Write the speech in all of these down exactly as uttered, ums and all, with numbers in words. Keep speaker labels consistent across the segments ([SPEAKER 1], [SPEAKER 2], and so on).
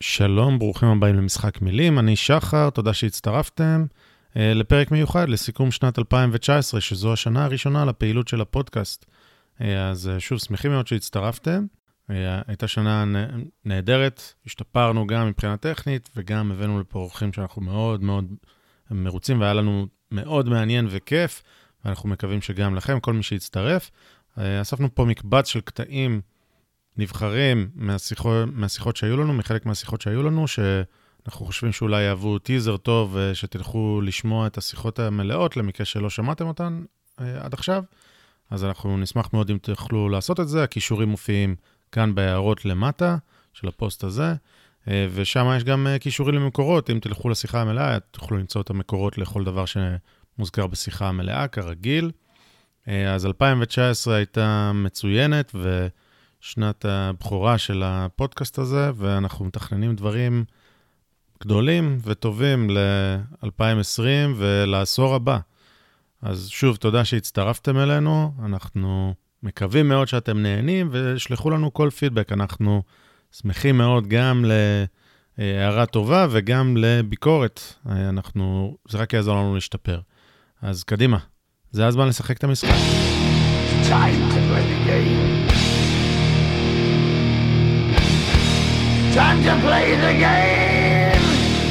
[SPEAKER 1] שלום, ברוכים הבאים למשחק מילים, אני שחר, תודה שהצטרפתם לפרק מיוחד לסיכום שנת אלפיים תשע עשרה, שזו השנה הראשונה לפעילות של הפודקאסט. אז שוב, שמחים מאוד שהצטרפתם. הייתה שנה נהדרת, השתפרנו גם מבחינה טכנית, וגם הבאנו לפה אורחים שאנחנו מאוד מאוד מרוצים, והיה לנו מאוד מעניין וכיף, ואנחנו מקווים שגם לכם, כל מי שהצטרף. אספנו פה מקבץ של קטעים נבחרים מהשיחות, מהשיחות שהיו לנו, מחלק מהשיחות שהיו לנו, שאנחנו חושבים שאולי יהוו טיזר טוב, שתלכו לשמוע את השיחות המלאות, למקרה שלא שמעתם אותן עד עכשיו. אז אנחנו נשמח מאוד אם תוכלו לעשות את זה. הכישורים מופיעים כאן בהערות למטה של הפוסט הזה, ושם יש גם כישורים למקורות. אם תלכו לשיחה המלאה, תוכלו למצוא את המקורות לכל דבר שמוזכר בשיחה המלאה, כרגיל. אז אלפיים תשע עשרה הייתה מצוינת, ושנת הבכורה של הפודקאסט הזה, ואנחנו מתכננים דברים גדולים וטובים ל-אלפיים עשרים ולעשור הבא. אז שוב, תודה שהצטרפתם אלינו, אנחנו מקווים מאוד שאתם נהנים, ושלחו לנו כל פידבק, אנחנו שמחים מאוד גם להערה טובה, וגם לביקורת, אנחנו, זה רק יעזור לנו להשתפר. אז קדימה, זה הזמן לשחק את המשחק.
[SPEAKER 2] Time to play the game. Time to play the game.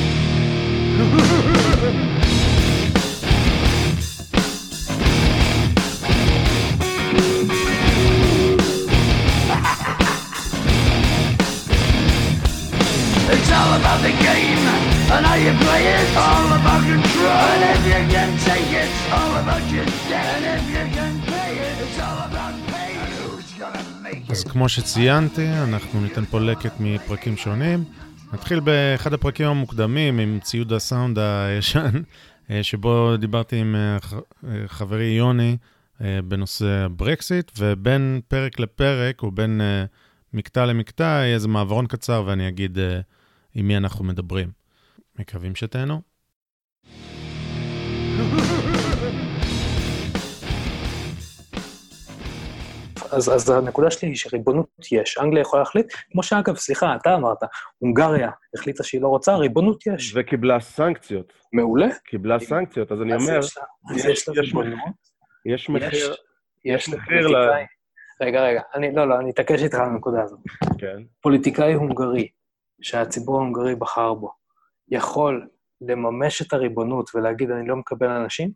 [SPEAKER 2] It's all about the game and how you play it. All about control, and if you can take it, it's all about your debt. And if you can pay it, it's all about pay. And who's gonna make it?
[SPEAKER 1] אז כמו שציינתי, אנחנו ניתן פה לקט מפרקים שונים. נתחיל באחד הפרקים המוקדמים עם ציוד הסאונד הישן, שבו דיברתי עם חברי יוני בנושא ברקסיט, ובין פרק לפרק ובין מקטע למקטע יהיה איזה מעברון קצר, ואני אגיד עם מי אנחנו מדברים. מקווים שתהנו.
[SPEAKER 3] אז, אז הנקודה שלי היא שריבונות יש. אנגליה יכולה להחליט, כמו שאגב, סליחה, אתה אמרת, הונגריה החליטה שהיא לא רוצה, ריבונות יש.
[SPEAKER 4] וקיבלה סנקציות.
[SPEAKER 3] מעולה.
[SPEAKER 4] קיבלה סנקציות, אז אני
[SPEAKER 3] אז
[SPEAKER 4] אומר,
[SPEAKER 3] יש לה- אז יש לה ריבונות.
[SPEAKER 4] יש מחיר,
[SPEAKER 3] יש
[SPEAKER 4] מחיר ל...
[SPEAKER 3] לפוליטיקאי. רגע, רגע, אני, לא, לא, אני אתעקש איתך על הנקודה הזאת.
[SPEAKER 4] כן.
[SPEAKER 3] פוליטיקאי הונגרי, שהציבור ההונגרי בחר בו, יכול לממש את הריבונות ולהגיד, אני לא מקבל אנשים?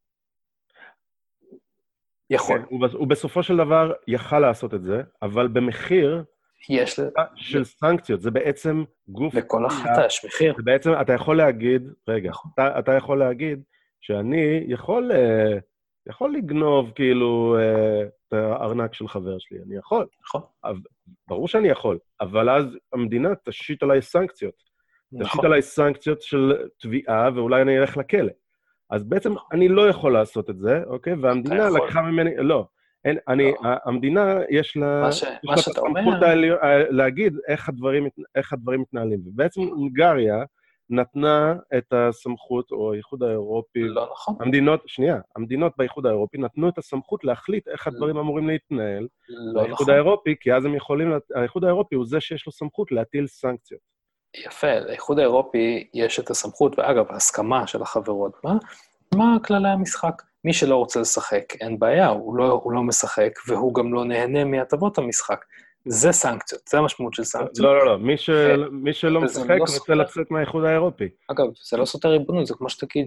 [SPEAKER 3] יכול.
[SPEAKER 4] כן, הוא, הוא בסופו של דבר יכל לעשות את זה, אבל במחיר
[SPEAKER 3] יש ל...
[SPEAKER 4] של סנקציות, זה בעצם גוף...
[SPEAKER 3] לכל החלטה יש מחיר.
[SPEAKER 4] זה בעצם, אתה יכול להגיד, רגע, אתה, אתה יכול להגיד שאני יכול, אה, יכול לגנוב כאילו אה, את הארנק של חבר שלי, אני יכול.
[SPEAKER 3] נכון.
[SPEAKER 4] אבל, ברור שאני יכול, אבל אז המדינה תשית עליי סנקציות. תשית
[SPEAKER 3] נכון.
[SPEAKER 4] עליי סנקציות של תביעה, ואולי אני אלך לכלא. אז בעצם אני לא יכול לעשות את זה, אוקיי? והמדינה
[SPEAKER 3] יכול.
[SPEAKER 4] לקחה ממני, לא. אין, אני,
[SPEAKER 3] לא.
[SPEAKER 4] המדינה יש לה,
[SPEAKER 3] מה ש-
[SPEAKER 4] יש
[SPEAKER 3] מה
[SPEAKER 4] לה את
[SPEAKER 3] שאתה אומר-
[SPEAKER 4] הסמכות העליון- להגיד איך הדברים, מת- איך הדברים מתנהלים. ובעצם הונגריה נתנה את הסמכות, או האיחוד האירופי,
[SPEAKER 3] לא נכון.
[SPEAKER 4] המדינות, שנייה, המדינות באיחוד האירופי נתנו את הסמכות להחליט איך הדברים אמורים להתנהל
[SPEAKER 3] לא
[SPEAKER 4] באיחוד
[SPEAKER 3] נכון.
[SPEAKER 4] האירופי, כי אז הם יכולים, האיחוד האירופי הוא זה שיש לו סמכות להטיל סנקציות.
[SPEAKER 3] יפה, לאיחוד האירופי יש את הסמכות, ואגב, ההסכמה של החברות, מה, מה כללי המשחק? מי שלא רוצה לשחק, אין בעיה, הוא לא, הוא לא משחק, והוא גם לא נהנה מהטבות המשחק. זה סנקציות, זה המשמעות של סנקציות.
[SPEAKER 4] לא, לא, לא, מי של- מי שלא
[SPEAKER 3] וזה
[SPEAKER 4] משחק
[SPEAKER 3] לא
[SPEAKER 4] רוצה
[SPEAKER 3] סותר.
[SPEAKER 4] לצאת מהאיחוד האירופי.
[SPEAKER 3] אגב, זה לא סותר ריבונות, זה כמו שתגיד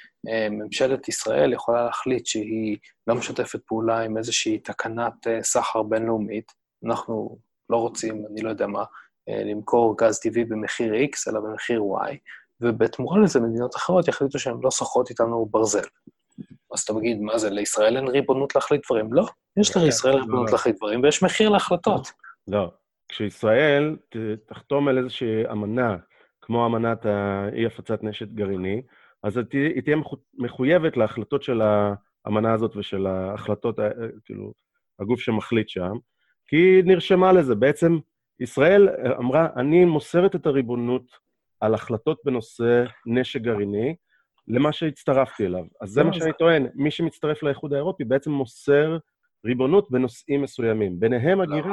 [SPEAKER 3] שממשלת ישראל יכולה להחליט שהיא לא משתפת פעולה עם איזושהי תקנת אה, סחר בינלאומית, אנחנו לא רוצים, אני לא יודע מה, אה, למכור גז טבעי במחיר X, אלא במחיר Y, ובתמורה לזה מדינות אחרות יחליטו שהן לא סוחרות איתנו ברזל. אז אתה מגיד, מה זה, לישראל אין ריבונות להחליט דברים? לא, יש לישראל ריבונות
[SPEAKER 4] לא.
[SPEAKER 3] להחליט דברים, ויש מחיר להחלטות.
[SPEAKER 4] לא. כשישראל ת- תחתום על איזושהי אמנה, כמו אמנת האי הפצת נשק גרעיני, אז היא תהיה- היא תהיה מחו- מחויבת להחלטות של האמנה הזאת ושל ההחלטות, ה- כאילו, הגוף שמחליט שם, כי היא נרשמה לזה. בעצם ישראל אמרה, אני מוסרת את הריבונות על החלטות בנושא נשק גרעיני, למה שהצטרפתי אליו. אז זה
[SPEAKER 3] לא,
[SPEAKER 4] מה
[SPEAKER 3] זה-
[SPEAKER 4] שאני טוען, מי שמצטרף לאיחוד האירופי בעצם מוסר ריבונות בנושאים מסוימים, ביניהם הגירה,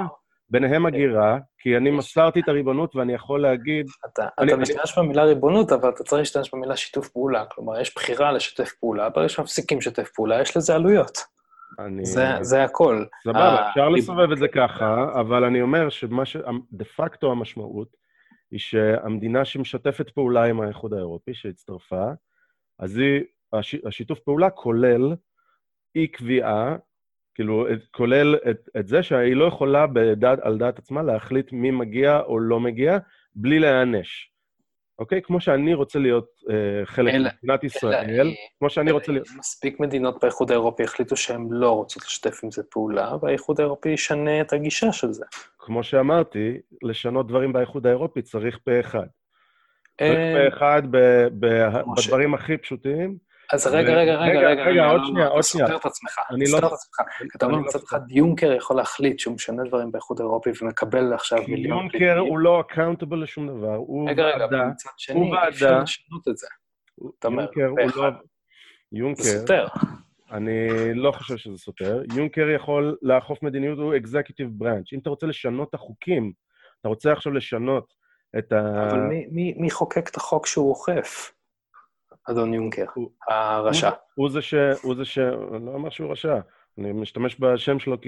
[SPEAKER 4] ביניהם הגירה, כי אני מסרתי את הריבונות ואני יכול להגיד...
[SPEAKER 3] אתה,
[SPEAKER 4] אני,
[SPEAKER 3] אתה
[SPEAKER 4] אני...
[SPEAKER 3] משתמש במילה ריבונות, אבל אתה צריך להשתמש במילה שיתוף פעולה. כלומר, יש בחירה לשתף פעולה, ברגע שמפסיקים לשתף פעולה, יש לזה עלויות.
[SPEAKER 4] אני...
[SPEAKER 3] זה, זה הכל.
[SPEAKER 4] סבבה, אפשר
[SPEAKER 3] הריב...
[SPEAKER 4] לסובב את זה ככה, אבל אני אומר שמה ש... דה פקטו המשמעות היא שהמדינה שמשתפת פעולה עם האיחוד האירופי, שהצטרפה, אז היא, הש... השיתוף פעולה כולל אי קביעה, כאילו, כולל את, את זה שהיא לא יכולה בדעת, על דעת עצמה להחליט מי מגיע או לא מגיע, בלי להיענש. אוקיי? כמו שאני רוצה להיות אה, חלק ממדינת ישראל,
[SPEAKER 3] אלא,
[SPEAKER 4] כמו שאני רוצה להיות...
[SPEAKER 3] מספיק מדינות באיחוד האירופי החליטו שהן לא רוצות לשתף עם זה פעולה, והאיחוד האירופי ישנה את הגישה של זה.
[SPEAKER 4] כמו שאמרתי, לשנות דברים באיחוד האירופי צריך פה אחד. צריך פה אחד בדברים הכי פשוטים,
[SPEAKER 3] אז רגע, רגע, רגע, רגע,
[SPEAKER 4] רגע, עוד שנייה, עוד שנייה.
[SPEAKER 3] אתה סותר את עצמך,
[SPEAKER 4] אני
[SPEAKER 3] אתה
[SPEAKER 4] לא...
[SPEAKER 3] סותר את עצמך. אתה אומר מצד אחד, יונקר יכול להחליט שהוא משנה דברים באיחוד האירופי ומקבל עכשיו מיליון...
[SPEAKER 4] יונקר הוא לא accountable לשום דבר, הוא
[SPEAKER 3] רגע, רגע, אבל מצד שני, אי אפשר לשנות את זה.
[SPEAKER 4] יונקר הוא לא... יונקר...
[SPEAKER 3] זה סותר.
[SPEAKER 4] אני לא חושב שזה סותר. יונקר יכול לאכוף מדיניות, הוא executive branch. אם אתה רוצה לשנות את החוקים, אתה רוצה עכשיו לשנות את ה...
[SPEAKER 3] אבל מי חוקק את החוק שהוא אוכף? אדון יונקר, הרשע.
[SPEAKER 4] הוא זה ש... הוא זה ש... אני לא אומר שהוא רשע. אני משתמש בשם שלו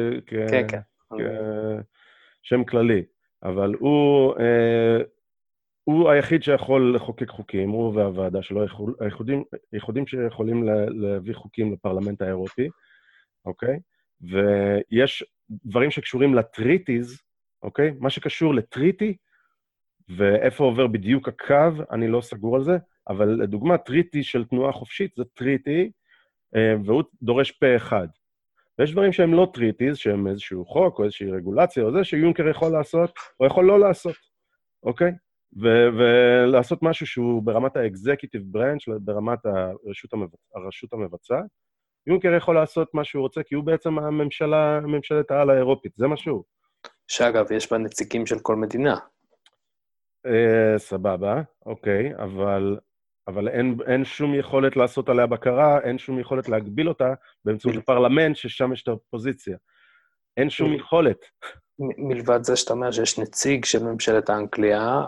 [SPEAKER 4] כשם כללי. אבל הוא... הוא היחיד שיכול לחוקק חוקים, הוא והוועדה שלו, היחודים שיכולים להביא חוקים לפרלמנט האירופי, אוקיי? ויש דברים שקשורים לטריטיז, אוקיי? מה שקשור לטריטי, ואיפה עובר בדיוק הקו, אני לא סגור על זה, אבל לדוגמה, טריטי של תנועה חופשית זה טריטי, והוא דורש פה אחד. ויש דברים שהם לא טריטיז, שהם איזשהו חוק או איזושהי רגולציה, או זה שיונקר יכול לעשות, או יכול לא לעשות, אוקיי? ו- ולעשות משהו שהוא ברמת ה-executive branch, ברמת הרשות, המבצ... הרשות המבצעת. יונקר יכול לעשות מה שהוא רוצה, כי הוא בעצם הממשלה, הממשלת העל האירופית, זה משהו.
[SPEAKER 3] שאגב, יש בה נציגים של כל מדינה.
[SPEAKER 4] אה, סבבה, אוקיי, אבל, אבל אין, אין שום יכולת לעשות עליה בקרה, אין שום יכולת להגביל אותה באמצעות הפרלמנט, ששם יש את האופוזיציה. אין שום יכולת.
[SPEAKER 3] מלבד זה שאתה אומר שיש נציג של ממשלת האנגליה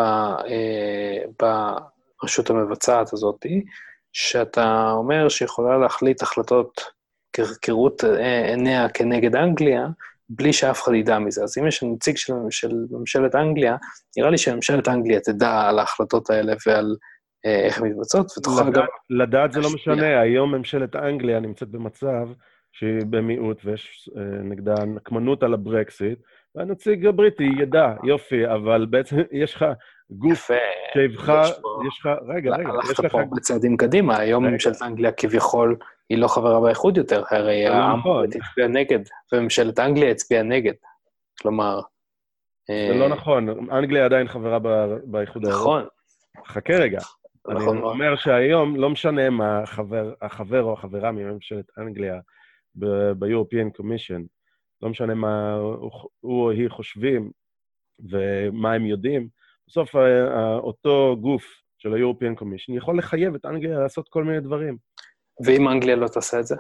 [SPEAKER 3] ברשות המבצעת הזאת, שאתה אומר שיכולה להחליט החלטות כראות עיניה כנגד אנגליה, בלי שאף אחד ידע מזה. אז אם יש נציג של, של ממשלת אנגליה, נראה לי שממשלת אנגליה תדע על ההחלטות האלה ועל איך הן מתבצעות, ותוכל
[SPEAKER 4] לדעת, גם... לדעת זה לא משנה, היום ממשלת אנגליה נמצאת במצב שהיא במיעוט, ויש נגדה נקמנות על הברקסיט, והנציג הבריטי ידע, יופי, אבל בעצם יש לך גוף שיבחר, יש לך, רגע, רגע, יש לך...
[SPEAKER 3] הלכת פה בצעדים קדימה, היום ממשלת אנגליה כביכול היא לא חברה באיחוד יותר, הרי העם הצביע נגד, וממשלת אנגליה הצביעה נגד. כלומר...
[SPEAKER 4] זה לא נכון, אנגליה עדיין חברה באיחוד האירופי.
[SPEAKER 3] נכון.
[SPEAKER 4] חכה רגע. אני אומר שהיום לא משנה מה החבר או החברה מממשלת אנגליה ב-European Commission, לא משנה מה הוא או היא חושבים ומה הם יודעים, בסוף אותו גוף של ה-European Commission יכול לחייב את אנגליה לעשות כל מיני דברים.
[SPEAKER 3] ואם אנגליה לא תעשה את זה?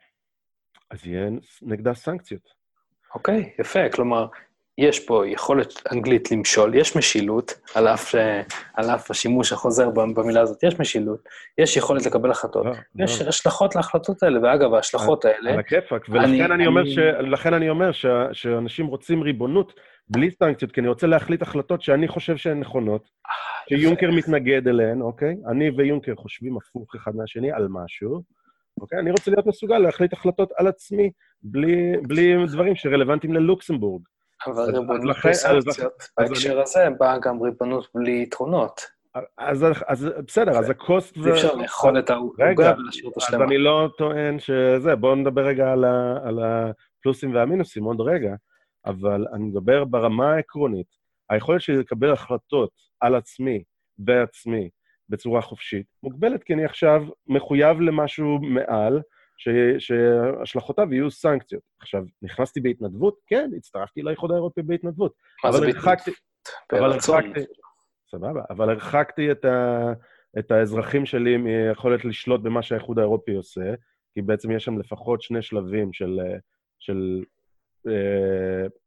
[SPEAKER 4] אז יהיה נגדה סנקציות.
[SPEAKER 3] אוקיי, יפה. כלומר, יש פה יכולת אנגלית למשול, יש משילות, על אף, על אף השימוש החוזר במילה הזאת, יש משילות, יש יכולת לקבל החלטות, יש השלכות להחלטות האלה, ואגב, ההשלכות האלה... על
[SPEAKER 4] הכיפק, ולכן אני אומר ש... לכן אני אומר ש... שאנשים רוצים ריבונות בלי סנקציות, כי אני רוצה להחליט החלטות שאני חושב שהן נכונות, שיונקר מתנגד אליהן, אוקיי? אני ויונקר חושבים הפוך אחד מהשני על משהו, אוקיי? אני רוצה להיות מסוגל להחליט החלטות על עצמי, בלי, בלי דברים שרלוונטיים ללוקסמבורג.
[SPEAKER 3] אבל ריבונות בלי סנקציות, בהקשר הזה באה גם ריבונות בלי יתרונות.
[SPEAKER 4] אז בסדר, אז הקוסט...
[SPEAKER 3] זה אפשר לאכול את העוגה ולהשאיר את השלמה.
[SPEAKER 4] אז אני לא טוען שזה, בואו נדבר רגע על הפלוסים והמינוסים, עוד רגע, אבל אני מדבר ברמה העקרונית, היכולת שלי לקבל החלטות על עצמי, בעצמי, בצורה חופשית, מוגבלת, כי אני עכשיו מחויב למשהו מעל, שהשלכותיו יהיו סנקציות. עכשיו, נכנסתי בהתנדבות? כן, הצטרפתי לאיחוד האירופי בהתנדבות.
[SPEAKER 3] מה זה בהתנדבות?
[SPEAKER 4] אבל הרחקתי, סבבה, אבל הרחקתי את, ה, את האזרחים שלי מיכולת לשלוט במה שהאיחוד האירופי עושה, כי בעצם יש שם לפחות שני שלבים של, של,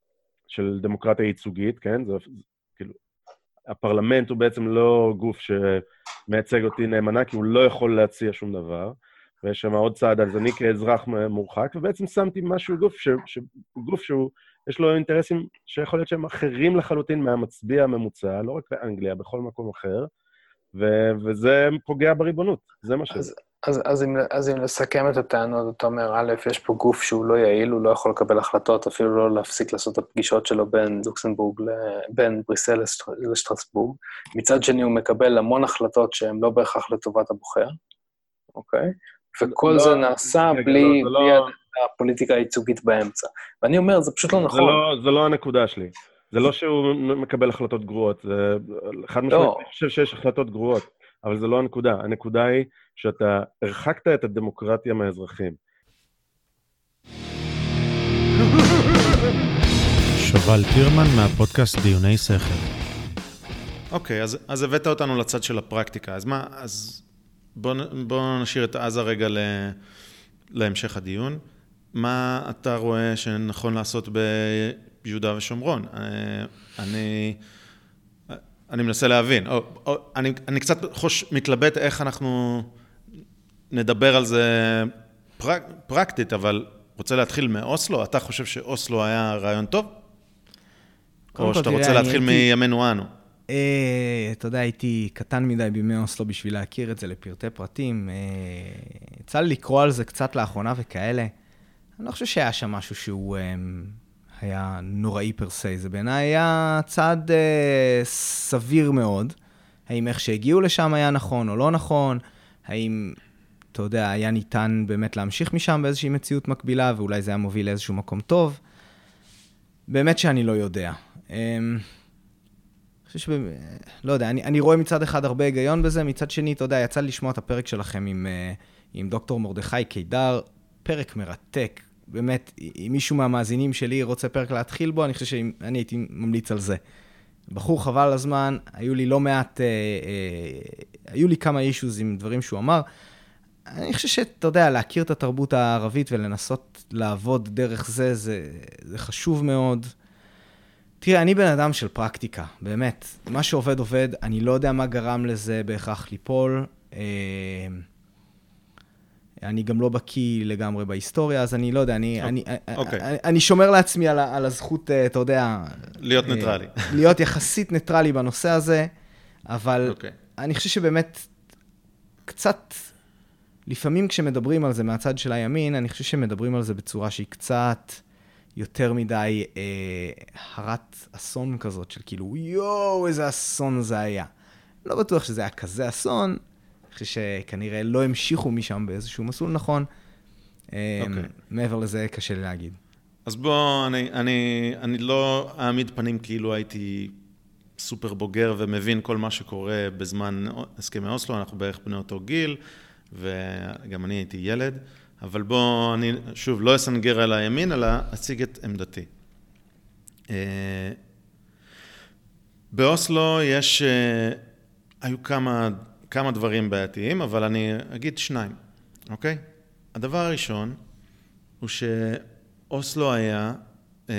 [SPEAKER 4] של דמוקרטיה ייצוגית, כן? זה, כאילו, הפרלמנט הוא בעצם לא גוף שמייצג אותי נאמנה, כי הוא לא יכול להציע שום דבר, ויש שם עוד צעד, אז אני כאזרח מורחק, ובעצם שמתי משהו, גוף, ש, ש, גוף שהוא, יש לו אינטרסים שיכול להיות שהם אחרים לחלוטין מהמצביע הממוצע, לא רק באנגליה, בכל מקום אחר, ו, וזה פוגע בריבונות, זה מה שזה.
[SPEAKER 3] אז, אז, אם, אז אם לסכם את הטענות, אתה אומר, א', יש פה גוף שהוא לא יעיל, הוא לא יכול לקבל החלטות, אפילו לא להפסיק לעשות את הפגישות שלו בין לוקסמבורג, בין בריסל לשטרסבורג. מצד שני, הוא מקבל המון החלטות שהן לא בהכרח לטובת הבוחר, אוקיי? וכל לא, זה נעשה בלי, בלי לא... הפוליטיקה הייצוגית באמצע. ואני אומר, זה פשוט לא נכון.
[SPEAKER 4] זה לא, זה לא הנקודה שלי. זה לא שהוא מקבל החלטות גרועות. זה... אחד משמעית, אני חושב שיש החלטות גרועות, אבל זה לא הנקודה. הנקודה היא שאתה הרחקת את הדמוקרטיה מהאזרחים.
[SPEAKER 1] שובל טירמן מהפודקאסט דיוני שכל. אוקיי, אז, אז הבאת אותנו לצד של הפרקטיקה. אז מה, אז בוא, בוא נשאיר את אז הרגע ל, להמשך הדיון. מה אתה רואה שנכון לעשות ביהודה ושומרון? אני... אני מנסה להבין, או, או, אני, אני קצת חוש, מתלבט איך אנחנו נדבר על זה פרק, פרקטית, אבל רוצה להתחיל מאוסלו? אתה חושב שאוסלו היה רעיון טוב? או שאתה רוצה להתחיל מימינו אנו?
[SPEAKER 5] אתה יודע, הייתי קטן מדי בימי אוסלו בשביל להכיר את זה לפרטי פרטים. יצא לי לקרוא על זה קצת לאחרונה וכאלה. אני לא חושב שהיה שם משהו שהוא... היה נוראי פרסי, זה בעיניי היה צעד אה, סביר מאוד. האם איך שהגיעו לשם היה נכון או לא נכון, האם, אתה יודע, היה ניתן באמת להמשיך משם באיזושהי מציאות מקבילה, ואולי זה היה מוביל לאיזשהו מקום טוב. באמת שאני לא יודע. אה, אני חושב שב... לא יודע, אני, אני רואה מצד אחד הרבה היגיון בזה, מצד שני, אתה יודע, יצא לשמוע את הפרק שלכם עם, אה, עם דוקטור מרדכי קידר, פרק מרתק, באמת, אם מישהו מהמאזינים שלי רוצה פרק להתחיל בו, אני חושב שאני הייתי ממליץ על זה. בחור חבל על הזמן, היו לי לא מעט, אה, אה, היו לי כמה אישוז עם דברים שהוא אמר. אני חושב שאתה יודע, להכיר את התרבות הערבית ולנסות לעבוד דרך זה, זה, זה חשוב מאוד. תראה, אני בן אדם של פרקטיקה, באמת. מה שעובד עובד, אני לא יודע מה גרם לזה בהכרח ליפול. אה, אני גם לא בקיא לגמרי בהיסטוריה, אז אני לא יודע, אני, אני, okay. אני, אני שומר לעצמי על, על הזכות, אתה יודע...
[SPEAKER 1] להיות ניטרלי.
[SPEAKER 5] להיות יחסית ניטרלי בנושא הזה, אבל okay. אני חושב שבאמת קצת, לפעמים כשמדברים על זה מהצד של הימין, אני חושב שמדברים על זה בצורה שהיא קצת יותר מדי אה, הרת אסון כזאת, של כאילו, יואו, איזה אסון זה היה. לא בטוח שזה היה כזה אסון, אני חושב שכנראה לא המשיכו משם באיזשהו מסלול נכון. Okay. מעבר לזה קשה לי להגיד.
[SPEAKER 1] אז בוא, אני, אני, אני לא אעמיד פנים כאילו הייתי סופר בוגר ומבין כל מה שקורה בזמן הסכמי אוסלו, אנחנו בערך בני אותו גיל, וגם אני הייתי ילד, אבל בוא, אני שוב לא אסנגר על הימין, אלא אציג את עמדתי. באוסלו יש, היו כמה... כמה דברים בעייתיים, אבל אני אגיד שניים, אוקיי? הדבר הראשון הוא שאוסלו היה אה,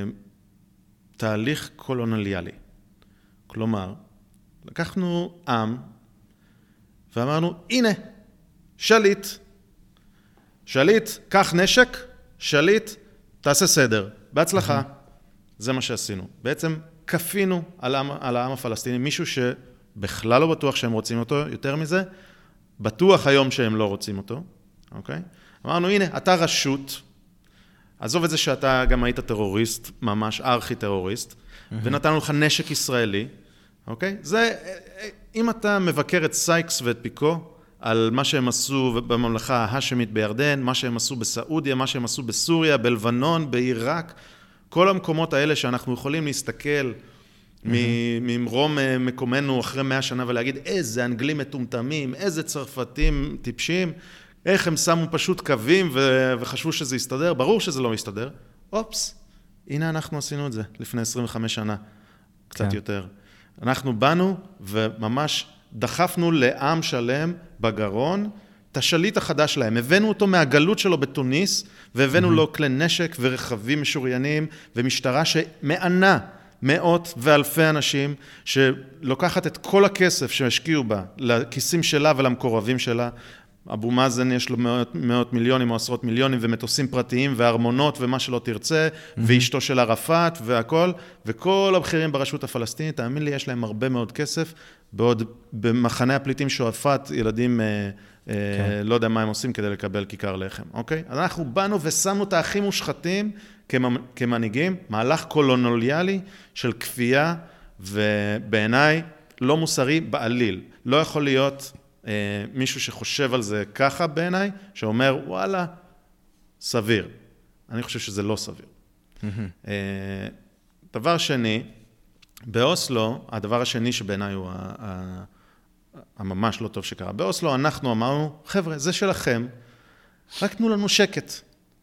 [SPEAKER 1] תהליך קולוניאלי. כלומר, לקחנו עם ואמרנו, הנה, שליט. שליט, קח נשק, שליט, תעשה סדר. בהצלחה. זה מה שעשינו. בעצם כפינו על העם, על העם הפלסטיני, מישהו ש... בכלל לא בטוח שהם רוצים אותו, יותר מזה, בטוח היום שהם לא רוצים אותו, אוקיי? אמרנו, הנה, אתה רשות, עזוב את זה שאתה גם היית טרוריסט, ממש ארכי-טרוריסט, mm-hmm. ונתנו לך נשק ישראלי, אוקיי? זה, אם אתה מבקר את סייקס ואת פיקו, על מה שהם עשו בממלכה ההשמית בירדן, מה שהם עשו בסעודיה, מה שהם עשו בסוריה, בלבנון, בעיראק, כל המקומות האלה שאנחנו יכולים להסתכל, ממרום מקומנו אחרי מאה שנה ולהגיד איזה אנגלים מטומטמים, איזה צרפתים טיפשים, איך הם שמו פשוט קווים וחשבו שזה יסתדר, ברור שזה לא יסתדר. אופס, הנה אנחנו עשינו את זה לפני עשרים וחמש שנה, קצת כן. יותר. אנחנו באנו וממש דחפנו לעם שלם בגרון, את השליט החדש להם. הבאנו אותו מהגלות שלו בתוניס, והבאנו לו כלי נשק ורכבים משוריינים, ומשטרה שמענה מאות ואלפי אנשים, שלוקחת את כל הכסף שהשקיעו בה, לכיסים שלה ולמקורבים שלה. אבו מאזן יש לו מאות, מאות מיליונים או עשרות מיליונים, ומטוסים פרטיים וארמונות ומה שלא תרצה, mm-hmm. ואשתו של ערפאת והכל, וכל הבכירים ברשות הפלסטינית, תאמין לי, יש להם הרבה מאוד כסף, בעוד במחנה הפליטים שועפאט, ילדים, אה, אה, כן. לא יודע מה הם עושים כדי לקבל כיכר לחם, אוקיי? אז אנחנו באנו ושמנו את האחים מושחתים כמנהיגים, מהלך קולוניאלי של כפייה, ובעיניי לא מוסרי בעליל. לא יכול להיות מישהו שחושב על זה ככה בעיניי, שאומר, וואלה, סביר. אני חושב שזה לא סביר. דבר שני, באוסלו, הדבר השני שבעיניי הוא הממש לא טוב שקרה. באוסלו אנחנו אמרנו, חבר'ה, זה שלכם, רק תנו לנו שקט.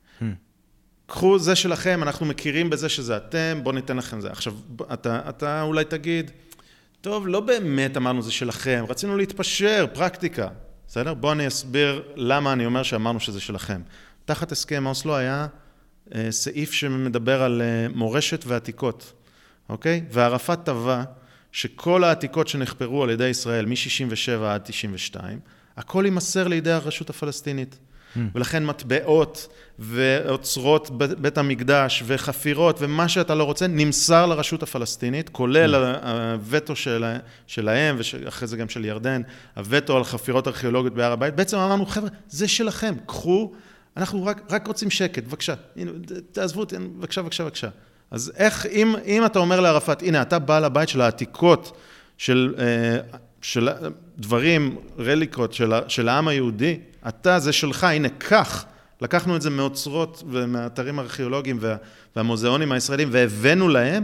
[SPEAKER 1] קחו זה שלכם, אנחנו מכירים בזה שזה אתם, בואו ניתן לכם זה. עכשיו, אתה, אתה אולי תגיד, טוב, לא באמת אמרנו זה שלכם, רצינו להתפשר, פרקטיקה. בסדר? בואו אני אסביר למה אני אומר שאמרנו שזה שלכם. תחת הסכם אוסלו היה אה, סעיף שמדבר על אה, מורשת ועתיקות. אוקיי? וערפאת טבע שכל העתיקות שנחפרו על ידי ישראל מ-שישים ושבע עד תשעים ושתיים, הכל יימסר לידי הרשות הפלסטינית. ולכן מטבעות ואוצרות בית המקדש וחפירות ומה שאתה לא רוצה נמסר לרשות הפלסטינית, כולל הווטו שלהם ואחרי זה גם של ירדן, הווטו על חפירות ארכיאולוגיות בהר הבית. בעצם אמרנו, חבר'ה, זה שלכם, קחו, אנחנו רק, רק רוצים שקט, בבקשה, הנה, תעזבו אותי, בבקשה, בבקשה, בבקשה. אז איך, אם, אם אתה אומר לערפאת, הנה, אתה בא לבית של העתיקות, של, של דברים, רליקות של, של העם היהודי, אתה זה שלך, הנה כך, לקחנו את זה מאוצרות ומהאתרים הארכיאולוגיים וה, והמוזיאונים הישראלים והבאנו להם,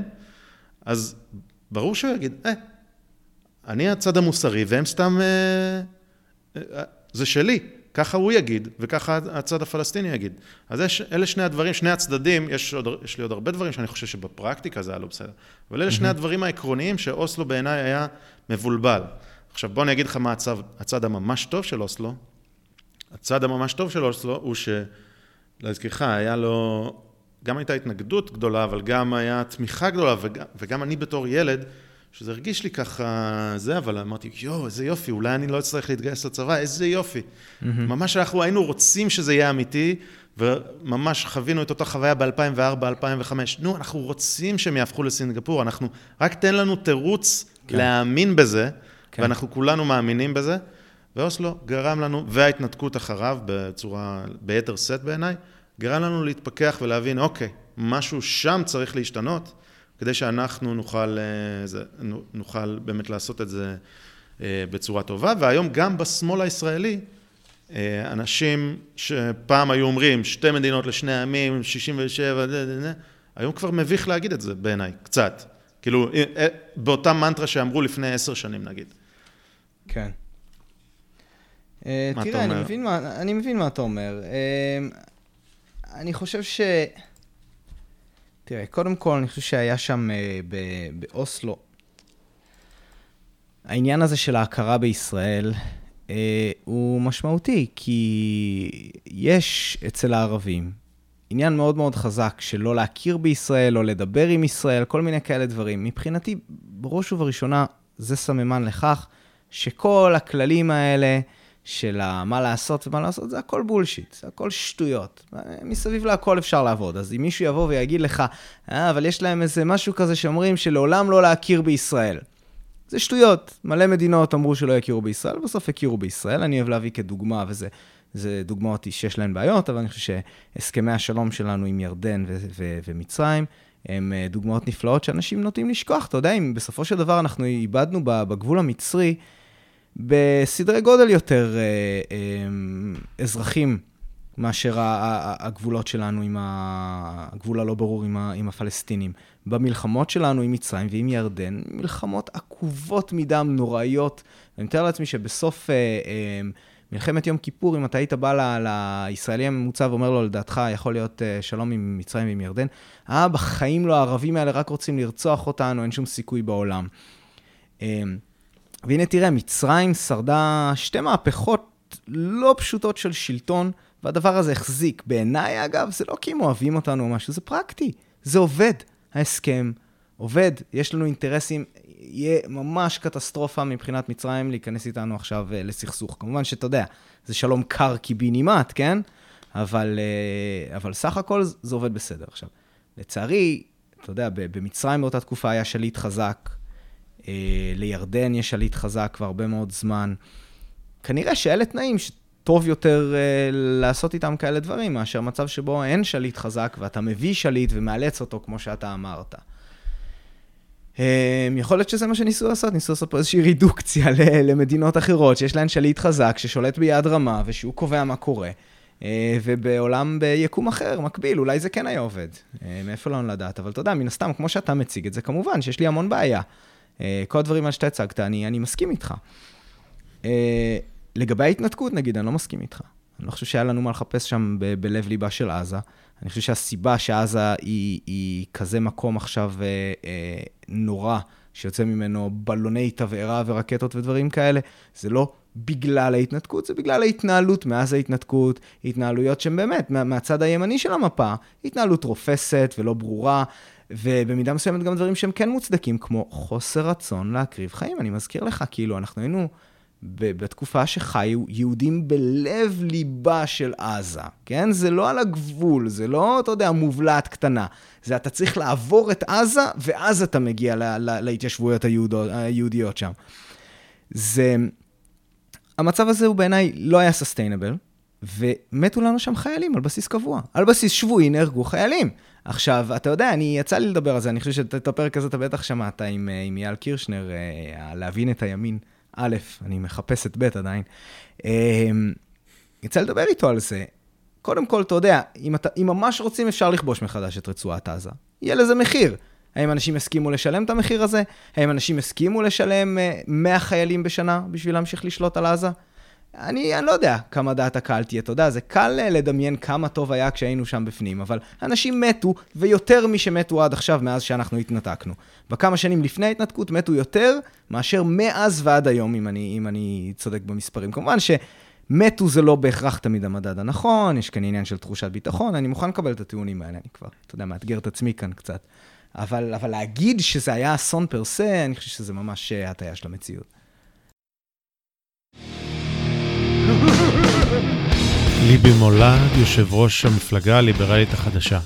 [SPEAKER 1] אז ברור שהוא יגיד, אה, אני הצד המוסרי והם סתם, אה, אה, זה שלי, ככה הוא יגיד וככה הצד הפלסטיני יגיד. אז יש, אלה שני הדברים, שני הצדדים, יש, עוד, יש לי עוד הרבה דברים שאני חושב שבפרקטיקה זה היה לא בסדר, אבל אלה שני הדברים העקרוניים שאוסלו בעיניי היה מבולבל. עכשיו בוא אני אגיד לך מה הצד, הצד הממש טוב של אוסלו, הצד הממש טוב של אוסלו הוא שלהזכירך, היה לו, גם הייתה התנגדות גדולה, אבל גם היה תמיכה גדולה, וגם, וגם אני בתור ילד, שזה הרגיש לי ככה זה, אבל אמרתי, יו, איזה יופי, אולי אני לא אצטרך להתגייס לצבא, איזה יופי. Mm-hmm. ממש אנחנו היינו רוצים שזה יהיה אמיתי, וממש חווינו את אותה חוויה ב-אלפיים וארבע אלפיים וחמש. נו, אנחנו רוצים שהם יהפכו לסינגפור, אנחנו, רק תן לנו תירוץ כן. להאמין בזה, כן. ואנחנו כולנו מאמינים בזה, ואוסלו גרם לנו, וההתנתקות אחריו בצורה, ביתר סט בעיניי, גרם לנו להתפכח ולהבין, אוקיי, משהו שם צריך להשתנות, כדי שאנחנו נוכל, זה, נוכל באמת לעשות את זה בצורה טובה, והיום גם בשמאל הישראלי, אנשים שפעם היו אומרים, שתי מדינות לשני עמים, שישים ושבע, היום כבר מביך להגיד את זה בעיניי, קצת. כאילו, באותה מנטרה שאמרו לפני עשר שנים נגיד.
[SPEAKER 5] כן. תראה, אני מבין מה, אני מבין מה אתה אומר. אני חושב ש... תראה, קודם כל, אני חושב שהיה שם באוסלו, העניין הזה של ההכרה בישראל הוא משמעותי, כי יש אצל הערבים עניין מאוד מאוד חזק של לא להכיר בישראל, או לדבר עם ישראל, כל מיני כאלה דברים. מבחינתי, בראש ובראשונה, זה סממן לכך שכל הכללים האלה, של מה לעשות ומה לעשות, זה הכל בולשיט, זה הכל שטויות. מסביב להכל אפשר לעבוד. אז אם מישהו יבוא ויגיד לך, אה, אבל יש להם איזה משהו כזה שאומרים שלעולם לא להכיר בישראל. זה שטויות. מלא מדינות אמרו שלא יכירו בישראל, בסוף הכירו בישראל. אני אוהב להביא כדוגמה, וזה זה דוגמאות שיש להן בעיות, אבל אני חושב שהסכמי השלום שלנו עם ירדן ו- ו- ומצרים, הם דוגמאות נפלאות שאנשים נוטים לשכוח. אתה יודע, אם בסופו של דבר אנחנו איבדנו בגבול המצרי, בסדרי גודל יותר אה, אה, אזרחים מאשר הגבולות שלנו עם הגבול הלא ברור עם, ה, עם הפלסטינים. במלחמות שלנו עם מצרים ועם ירדן, מלחמות עקובות מדם נוראיות. אני מתאר לעצמי שבסוף אה, אה, מלחמת יום כיפור, אם אתה היית בא ל, לישראלי הממוצע ואומר לו, לדעתך יכול להיות אה, שלום עם מצרים ועם ירדן, אה, בחיים לא, הערבים האלה רק רוצים לרצוח אותנו, אין שום סיכוי בעולם. אה, והנה תראה, מצרים שרדה שתי מהפכות לא פשוטות של שלטון, והדבר הזה החזיק. בעיניי, אגב, זה לא כי הם אוהבים אותנו או משהו, זה פרקטי. זה עובד. ההסכם עובד. יש לנו אינטרסים, יהיה ממש קטסטרופה מבחינת מצרים להיכנס איתנו עכשיו לסכסוך. כמובן שאתה יודע, זה שלום קר קיבינימט, כן? אבל, אבל סך הכל זה עובד בסדר. עכשיו, לצערי, אתה יודע, במצרים באותה תקופה היה שליט חזק, לירדן יש שליט חזק כבר הרבה מאוד זמן. כנראה שאלה תנאים שטוב יותר לעשות איתם כאלה דברים, מאשר מצב שבו אין שליט חזק, ואתה מביא שליט ומאלץ אותו כמו שאתה אמרת. יכול להיות שזה מה שניסו לעשות, ניסו לעשות פה איזושהי רידוקציה למדינות אחרות, שיש להן שליט חזק, ששולט ביד רמה, ושהוא קובע מה קורה. ובעולם ביקום אחר, מקביל, אולי זה כן היה עובד. מאיפה לא לדעת, אבל אתה יודע, מן הסתם, כמו שאתה מציג את זה, כמובן שיש לי המון בעיה. כל הדברים על שאתה הצגת, אני, אני מסכים איתך. לגבי ההתנתקות, נגיד, אני לא מסכים איתך. אני לא חושב שהיה לנו מה לחפש שם ב- בלב ליבה של עזה. אני חושב שהסיבה שעזה היא, היא כזה מקום עכשיו אה, אה, נורא, שיוצא ממנו בלוני תבערה ורקטות ודברים כאלה, זה לא בגלל ההתנתקות, זה בגלל ההתנהלות מאז ההתנתקות, התנהלויות שהן באמת, מה, מהצד הימני של המפה, התנהלות רופסת ולא ברורה, ובמידה מסוימת גם דברים שהם כן מוצדקים, כמו חוסר רצון להקריב חיים. אני מזכיר לך, כאילו, אנחנו היינו בתקופה שחיו יהודים בלב ליבה של עזה, כן? זה לא על הגבול, זה לא, אתה יודע, מובלעת קטנה. זה אתה צריך לעבור את עזה, ואז אתה מגיע ל- ל- להתיישבויות היהודות, היהודיות שם. זה, המצב הזה הוא בעיניי לא היה sustainable, ומתו לנו שם חיילים על בסיס קבוע. על בסיס שבועי נהרגו חיילים. עכשיו, אתה יודע, אני יצא לי לדבר על זה, אני חושב שאת הפרק הזה אתה בטח שמעת עם, עם אייל קירשנר, להבין את הימין. א', אני מחפש את ב' עדיין. יצא לדבר איתו על זה. קודם כל, אתה יודע, אם, אתה, אם ממש רוצים, אפשר לכבוש מחדש את רצועת עזה. יהיה לזה מחיר. האם אנשים הסכימו לשלם את המחיר הזה? האם אנשים הסכימו לשלם מאה חיילים בשנה בשביל להמשיך לשלוט על עזה? אני, אני לא יודע כמה דעת הקהל תהיה, אתה יודע, זה קל לדמיין כמה טוב היה כשהיינו שם בפנים, אבל אנשים מתו, ויותר מי שמתו עד עכשיו מאז שאנחנו התנתקנו. בכמה שנים לפני ההתנתקות מתו יותר, מאשר מאז ועד היום, אם אני, אם אני צודק במספרים. כמובן שמתו זה לא בהכרח תמיד המדד הנכון, יש כאן עניין של תחושת ביטחון, אני מוכן לקבל את הטיעונים האלה, אני כבר, אתה יודע, מאתגר את עצמי כאן קצת. אבל, אבל להגיד שזה היה אסון פרסה, אני חושב שזה ממש הטעיה של המציאות.
[SPEAKER 1] ליבי מולד, יושב ראש המפלגה הליברלית החדשה.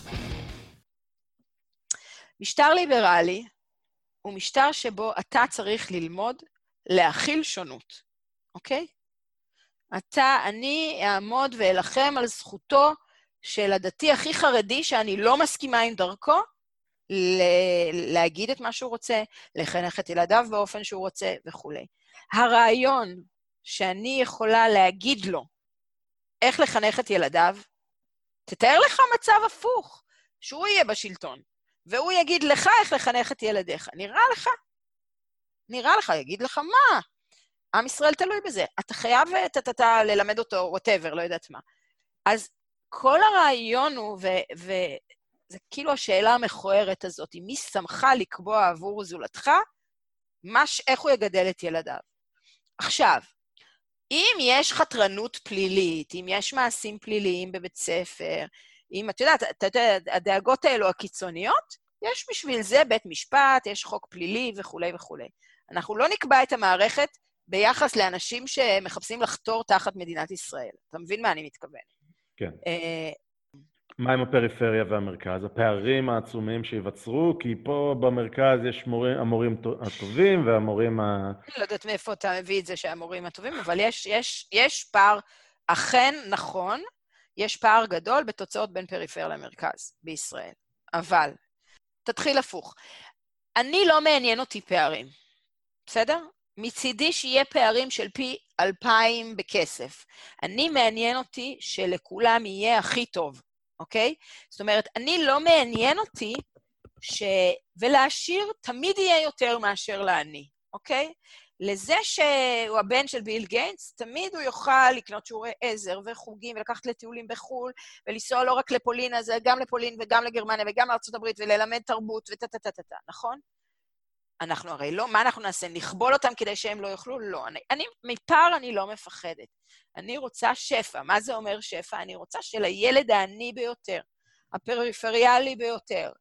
[SPEAKER 6] משטר ליברלי הוא משטר שבו אתה צריך ללמוד להכיל שונות, אוקיי? אתה, אני אעמוד ואלחם על זכותו של הדתי הכי חרדי שאני לא מסכימה עם דרכו, ל- להגיד את מה שהוא רוצה, לחנך את ילדיו באופן שהוא רוצה וכו'. הרעיון שאני יכולה להגיד לו איך לחנך את ילדיו, תתאר לך מצב הפוך, שהוא יהיה בשלטון, והוא יגיד לך איך לחנך את ילדיך. נראה לך? נראה לך, יגיד לך מה? עם ישראל תלוי בזה. אתה חייב תתתה ללמד אותו, whatever, לא יודעת מה. אז כל הרעיון הוא, ו- וזה כאילו השאלה המכוערת הזאת, מי שמחה לקבוע עבור זולתך, מש, איך הוא יגדל את ילדיו. עכשיו, אם יש חתרנות פלילית, אם יש מעשים פליליים בבית ספר, אם את יודעת, את יודעת, הדאגות האלו הקיצוניות, יש בשביל זה בית משפט, יש חוק פלילי וכו' וכו'. אנחנו לא נקבע את המערכת ביחס לאנשים שמחפשים לחתור תחת מדינת ישראל. אתה מבין מה אני מתכוון?
[SPEAKER 4] כן. מה עם הפריפריה והמרכז? הפערים העצומים שיווצרו, כי פה במרכז יש מורים, המורים הטובים והמורים ה...
[SPEAKER 6] אני לא יודעת מאיפה אתה מביא את זה שהמורים הטובים, אבל יש, יש, יש פער, אכן נכון, יש פער גדול בתוצאות בין פריפריה למרכז בישראל. אבל, תתחיל הפוך. אני לא מעניין אותי פערים, בסדר? מצידי שיהיה פערים של פי אלפיים בכסף. אני מעניין אותי שלכולם יהיה הכי טוב. אוקיי? זאת אומרת, אני לא מעניין אותי ש... ולעשיר תמיד יהיה יותר מאשר לעני, אוקיי? לזה שהוא הבן של ביל גיינטס, תמיד הוא יוכל לקנות שיעורי עזר וחוגים ולקחת לטיולים בחול, ולנסוע לא רק לפולין, אז גם לפולין וגם לגרמניה וגם לארצות הברית, וללמד תרבות וטטטטטטט, נכון? אנחנו הרי לא, מה אנחנו נעשה? נכבול אותם כדי שהם לא יוכלו? לא. אני, אני, מפער אני לא מפחדת. אני רוצה שפע. מה זה אומר שפע? אני רוצה שלילד העני ביותר, הפריפריאלי ביותר,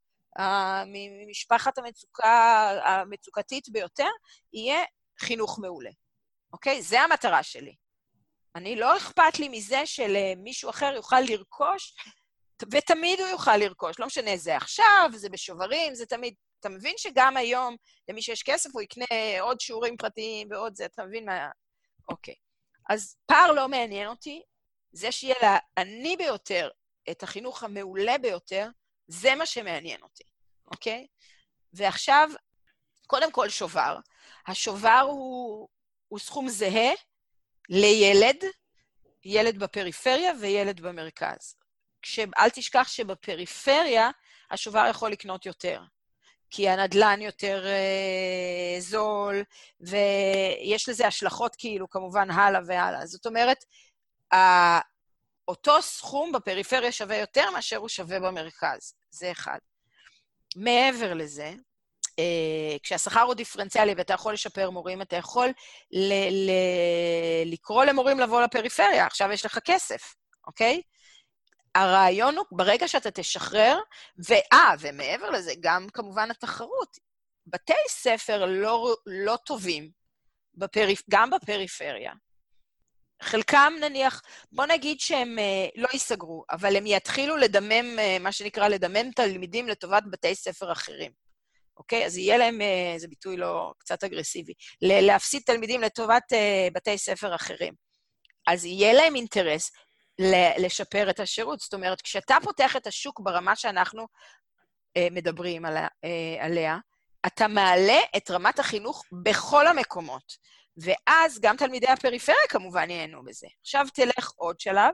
[SPEAKER 6] ממשפחת המצוקה, המצוקתית ביותר, יהיה חינוך מעולה. אוקיי? זה המטרה שלי. אני לא אכפת לי מזה שלמישהו אחר יוכל לרכוש, ותמיד הוא יוכל לרכוש. לא משנה, זה עכשיו, זה בשוברים, זה תמיד... אתה מבין שגם היום, למי שיש כסף, הוא יקנה עוד שיעורים פרטיים ועוד זה, אתה מבין מה... אוקיי. אז פער לא מעניין אותי, זה שיהיה לעני ביותר, את החינוך המעולה ביותר, זה מה שמעניין אותי, אוקיי? ועכשיו, קודם כל שובר. השובר הוא, הוא סכום זהה לילד, ילד בפריפריה וילד במרכז. כש... אל תשכח שבפריפריה, השובר יכול לקנות יותר. כי הנדלן יותר אה, זול, ויש לזה השלכות כאילו, כמובן, הלאה והלאה. זאת אומרת, ה... אותו סכום בפריפריה שווה יותר מאשר הוא שווה במרכז. זה אחד. מעבר לזה, אה, כשהשכר הוא דיפרנציאלי ואתה יכול לשפר מורים, אתה יכול ל- ל- לקרוא למורים לבוא לפריפריה, עכשיו יש לך כסף, אוקיי? הרעיון הוא, ברגע שאתה תשחרר, ואה, ומעבר לזה, גם כמובן התחרות, בתי ספר לא, לא טובים, בפריפ... גם בפריפריה. חלקם נניח, בוא נגיד שהם לא ייסגרו, אבל הם יתחילו לדמם, מה שנקרא, לדמם תלמידים לטובת בתי ספר אחרים. אוקיי? אז יהיה להם, זה ביטוי לא קצת אגרסיבי, להפסיד תלמידים לטובת בתי ספר אחרים. אז יהיה להם אינטרס לשפר את השירות. זאת אומרת, כשאתה פותח את השוק ברמה שאנחנו מדברים עליה, אתה מעלה את רמת החינוך בכל המקומות. ואז גם תלמידי הפריפריה כמובן ייהנו בזה. עכשיו תלך עוד שלב.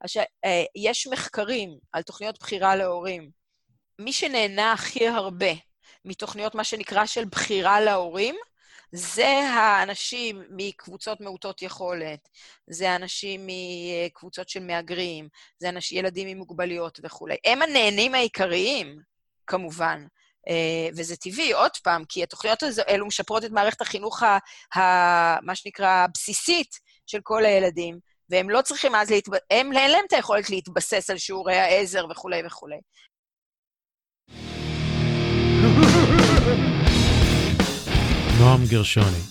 [SPEAKER 6] יש מחקרים על תוכניות בחירה להורים. מי שנהנה הכי הרבה מתוכניות מה שנקרא של בחירה להורים, זה האנשים מקבוצות מעוטות יכולת, זה האנשים מקבוצות של מאגרים, זה אנשים, ילדים עם מוגבליות וכו'. הם הנהנים העיקריים, כמובן, וזה טבעי, עוד פעם, כי התוכניות האלו משפרות את מערכת החינוך, ה, ה, מה שנקרא, הבסיסית של כל הילדים, והם לא צריכים אז, להתב... הם, אין להם את היכולת להתבסס על שיעורי העזר וכו' וכו'.
[SPEAKER 1] נועם גרשוני.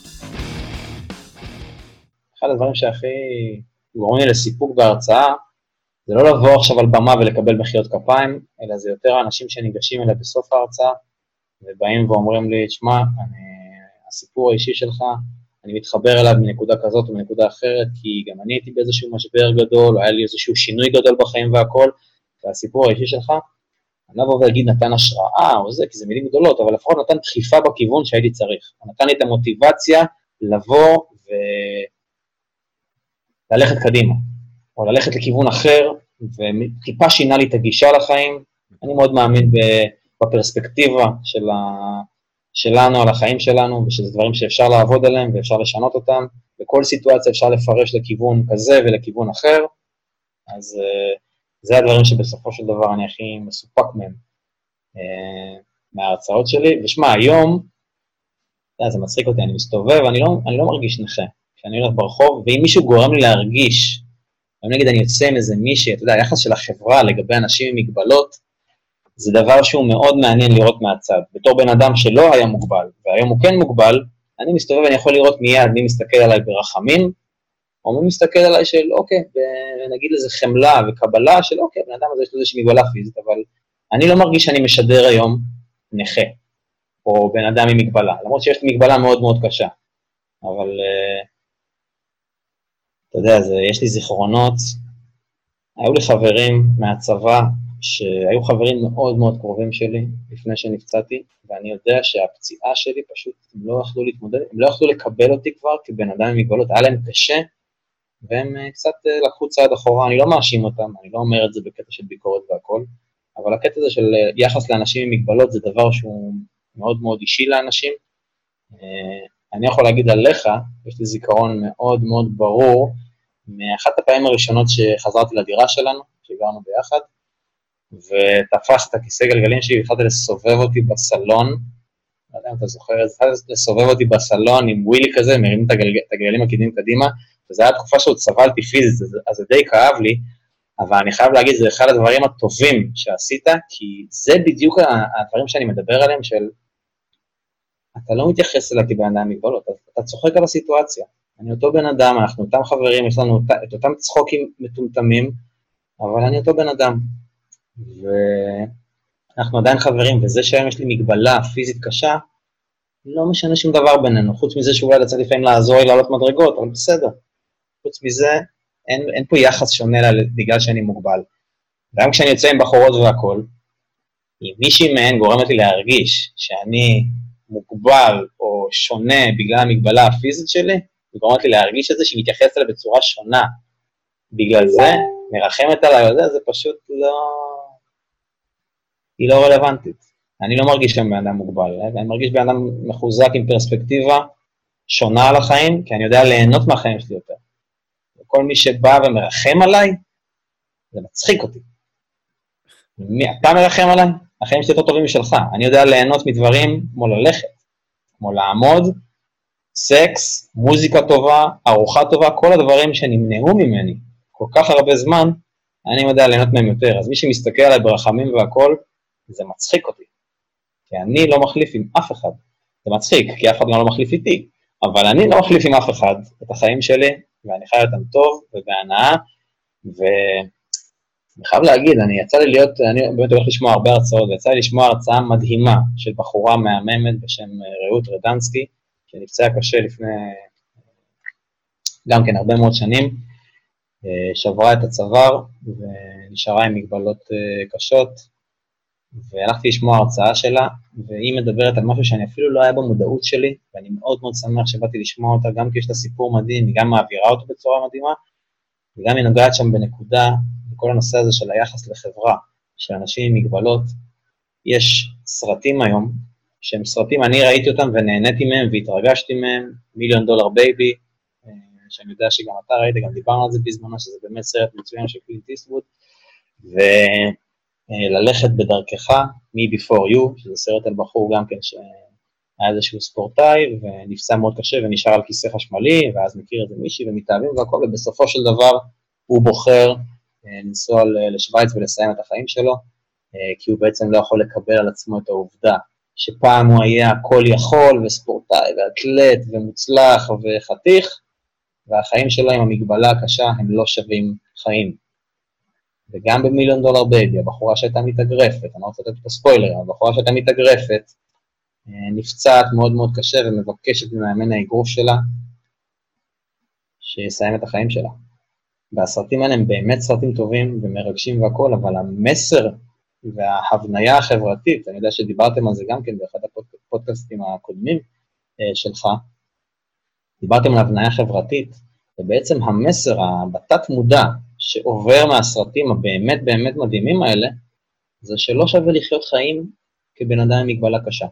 [SPEAKER 7] אחד הדברים שהכי גורמים לי לסיפוק בהרצאה, זה לא לבוא עכשיו על במה ולקבל מחיאות כפיים, אלא זה יותר האנשים שניגשים אליי בסוף ההרצאה, ובאים ואומרים לי, שמע, הסיפור האישי שלך, אני מתחבר אליו מנקודה כזאת או מנקודה אחרת, כי גם אני הייתי באיזשהו משבר גדול, או היה לי איזשהו שינוי גדול בחיים והכל, והסיפור האישי שלך, אני לא בוא ולהגיד נתן השראה או זה, כי זה מילים גדולות, אבל לפחות נתן דחיפה בכיוון שהייתי צריך. נתן לי את המוטיבציה לבוא וללכת קדימה, או ללכת לכיוון אחר, וטיפה שינה לי את הגישה לחיים. אני מאוד מאמין בפרספקטיבה של ה... שלנו על החיים שלנו, ושזה דברים שאפשר לעבוד עליהם ואפשר לשנות אותם, בכל סיטואציה אפשר לפרש לכיוון כזה ולכיוון אחר, אז זה הדברים שבסופו של דבר אני הכי מסופק מהם מההרצאות שלי. ושמע, היום, זה מצחיק אותי, אני מסתובב, אני לא, אני לא מרגיש נכה, כשאני הולך ברחוב, ואם מישהו גורם לי להרגיש, אני נגיד אני יוצא עם איזה מישהי, אתה יודע, היחס של החברה לגבי אנשים עם מגבלות, זה דבר שהוא מאוד מעניין לראות מהצד. בתור בן אדם שלא היה מוגבל, והיום הוא כן מוגבל, אני מסתובב ואני יכול לראות מיד מי מסתכל עליי ברחמים, או מי מסתכל עליי של, אוקיי, נגיד לזה חמלה וקבלה של, אוקיי, בן אדם הזה יש לו איזושהי מגבלה פיזית, אבל אני לא מרגיש שאני משדר היום נכה, או בן אדם עם מגבלה, למרות שיש לי מגבלה מאוד מאוד קשה. אבל, אתה יודע, זה, יש לי זיכרונות, היו לי חברים מהצבא, שהיו חברים מאוד מאוד קרובים שלי לפני שנפצעתי, ואני יודע שהפציעה שלי פשוט הם לא יכלו להתמודד, הם לא יכלו לקבל אותי כבר כבן אדם עם מגבלות, היה להם קשה, והם קצת לקחו צעד אחורה. אני לא מאשים אותם, אני לא אומר את זה בקטע של ביקורת והכל, אבל הקטע הזה של יחס לאנשים עם מגבלות זה דבר שהוא מאוד מאוד אישי לאנשים. אני יכול להגיד עליך, יש לי זיכרון מאוד מאוד ברור, מאחת הפעמים הראשונות שחזרתי לדירה שלנו, שגרנו ביחד, ותפס את הכיסא גלגלים שלי, והתחלתי לסובב אותי בסלון, לא יודע אם אתה זוכר, אז לסובב אותי בסלון עם ווילי כזה, מרים את הגלג... הגלגלים הקדמים קדימה, וזו הייתה תקופה שעוד סבלתי פיזית, אז, אז זה די כאב לי, אבל אני חייב להגיד, זה אחד הדברים הטובים שעשית, כי זה בדיוק הדברים שאני מדבר עליהם, של אתה לא מתייחס אליי כבן אדם מגבלות, אתה צוחק על הסיטואציה. אני אותו בן אדם, אנחנו אותם חברים, יש לנו את אותם צחוקים מטומטמים, אבל אני אותו בן אדם. ואנחנו עדיין חברים, וזה שהיום יש לי מגבלה פיזית קשה, לא משנה שום דבר בינינו, חוץ מזה שאולי אתה צריך לפעמים לעזור לי לעלות מדרגות, אבל בסדר. חוץ מזה, אין, אין פה יחס שונה לה, בגלל שאני מוגבל. גם כשאני יוצא עם בחורות והכל, אם מישהי מהן גורמת לי להרגיש שאני מוגבל או שונה בגלל המגבלה הפיזית שלי, וגורמת לי להרגיש את זה שהיא מתייחסת אליה בצורה שונה. בגלל זה, מרחמת עליי, זה, זה פשוט לא... היא לא רלוונטית. אני לא מרגיש שם בן אדם מוגבל, אני מרגיש בן אדם מחוזק עם פרספקטיבה שונה על החיים, כי אני יודע ליהנות מהחיים שלי יותר. וכל מי שבא ומרחם עליי, זה מצחיק אותי. מי, אתה מרחם עליי? החיים שלי יותר טובים משלך. אני יודע ליהנות מדברים כמו ללכת, כמו לעמוד, סקס, מוזיקה טובה, ארוחה טובה, כל הדברים שנמנעו ממני כל כך הרבה זמן, אני יודע ליהנות מהם יותר. אז מי שמסתכל עליי ברחמים והכל, זה מצחיק אותי. כי אני לא מחליף עם אף אחד. זה מצחיק, כי אף אחד גם לא מחליף איתי. אבל אני לא מחליף עם אף אחד את החיים שלי, ואני חי אותם טוב ובהנאה, ואני חייב להגיד, אני יצא לי להיות, אני באמת הולך לשמוע הרבה הרצאות, ויצא לי לשמוע הרצאה מדהימה של בחורה מהממת בשם רעות רדנסקי, שנפצעה קשה לפני גם כן הרבה מאוד שנים, שברה את הצוואר ונשארה עם מגבלות קשות, והלכתי לשמוע הרצאה שלה, והיא מדברת על משהו שאני אפילו לא היה במודעות שלי, ואני מאוד מאוד שמח שבאתי לשמוע אותה, גם כי יש לה סיפור מדהים, היא גם מעבירה אותו בצורה מדהימה, וגם היא נוגעת שם בנקודה, בכל הנושא הזה של היחס לחברה, של אנשים עם מגבלות. יש סרטים היום, שהם סרטים, אני ראיתי אותם ונהניתי מהם והתרגשתי מהם, מיליון דולר בייבי, שאני יודע שגם אתה ראית, גם דיברנו על זה בזמנו, שזה באמת סרט מצוין של קלינט איסטווד, וללכת בדרכך, Me Before You, שזה סרט על בחור גם כן שהיה איזשהו ספורטאי, ונפצע מאוד קשה ונשאר על כיסא חשמלי, ואז מכיר איזה מישהי ומתאהבים והכל, ובסופו של דבר הוא בוחר לנסוע לשוויץ ולסיים את החיים שלו, כי הוא בעצם לא יכול לקבל על עצמו את העובדה, שפעם הוא היה הכל יכול וספורטאי ואתלט ומוצלח וחתיך, והחיים שלו עם המגבלה הקשה הם לא שווים חיים. וגם במיליון דולר בייבי, הבחורה שהייתה מתאגרפת, אני לא רוצה לתת את הספוילר, הבחורה שהייתה מתאגרפת, נפצעת מאוד מאוד קשה ומבקשת ממאמן האגרוף שלה, שיסיים את החיים שלה. והסרטים האלה הם באמת סרטים טובים ומרגשים והכל, אבל המסר וההבניה החברתית, אני יודע שדיברתם על זה גם כן באחד הפודקאסטים הקודמים שלך, דיברתם על הבניה חברתית, ובעצם המסר, הבתת מודע, שעובר מהסרטים הבאמת באמת מדהימים האלה, זה שלא שווה לחיות חיים כבן אדם עם מגבלה קשה.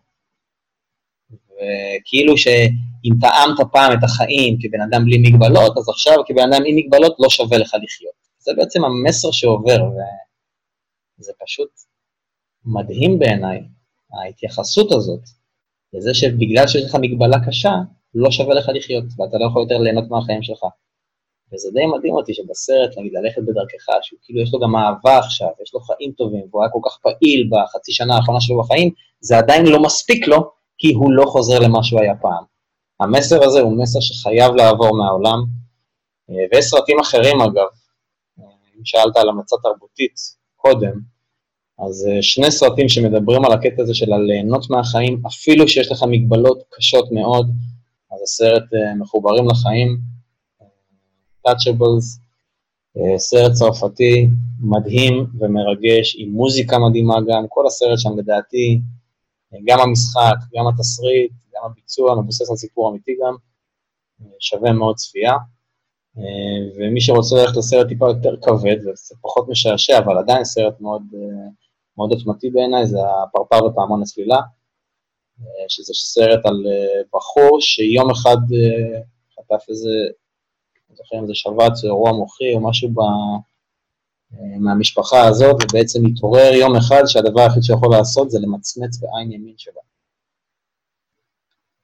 [SPEAKER 7] וכאילו שאם טעמת פעם את החיים כבן אדם בלי מגבלות, אז עכשיו כבן אדם עם מגבלות לא שווה לך לחיות. זה בעצם המסר שעובר, וזה פשוט מדהים בעיניי, ההתייחסות הזאת, לזה שבגלל שיש לך מגבלה קשה, לא שווה לך לחיות, ואתה לא יכול יותר ליהנות מהחיים שלך. וזה די מדהים אותי שבסרט, נגיד, ללכת בדרכך, שהוא כאילו יש לו גם אהבה עכשיו, יש לו חיים טובים, והוא היה כל כך פעיל בחצי שנה האחרונה שלו בחיים, זה עדיין לא מספיק לו, כי הוא לא חוזר למה שהוא היה פעם. המסר הזה הוא מסר שחייב לעבור מהעולם, ויש סרטים אחרים אגב, אם שאלת על המלצה תרבותית קודם, אז שני סרטים שמדברים על הקטע הזה של ליהנות מהחיים, אפילו שיש לך מגבלות קשות מאוד, אז הסרט מחוברים לחיים, Touchables, סרט צרפתי מדהים ומרגש, עם מוזיקה מדהימה גם, כל הסרט שם לדעתי, גם המשחק, גם התסריט, גם הביצוע, מבוסס על סיפור אמיתי גם, שווה מאוד צפייה, ומי שרוצה ללכת לסרט טיפה יותר כבד, זה פחות משעשע, אבל עדיין סרט מאוד, מאוד עוצמתי בעיניי, זה הפרפר ופעמון הסלילה, שזה סרט על בחור שיום אחד חטף איזה, אני זוכר אם זה שבץ או אירוע מוחי או משהו ב, מהמשפחה הזאת, ובעצם התעורר יום אחד שהדבר היחיד שיכול לעשות זה למצמץ בעין ימין שלו.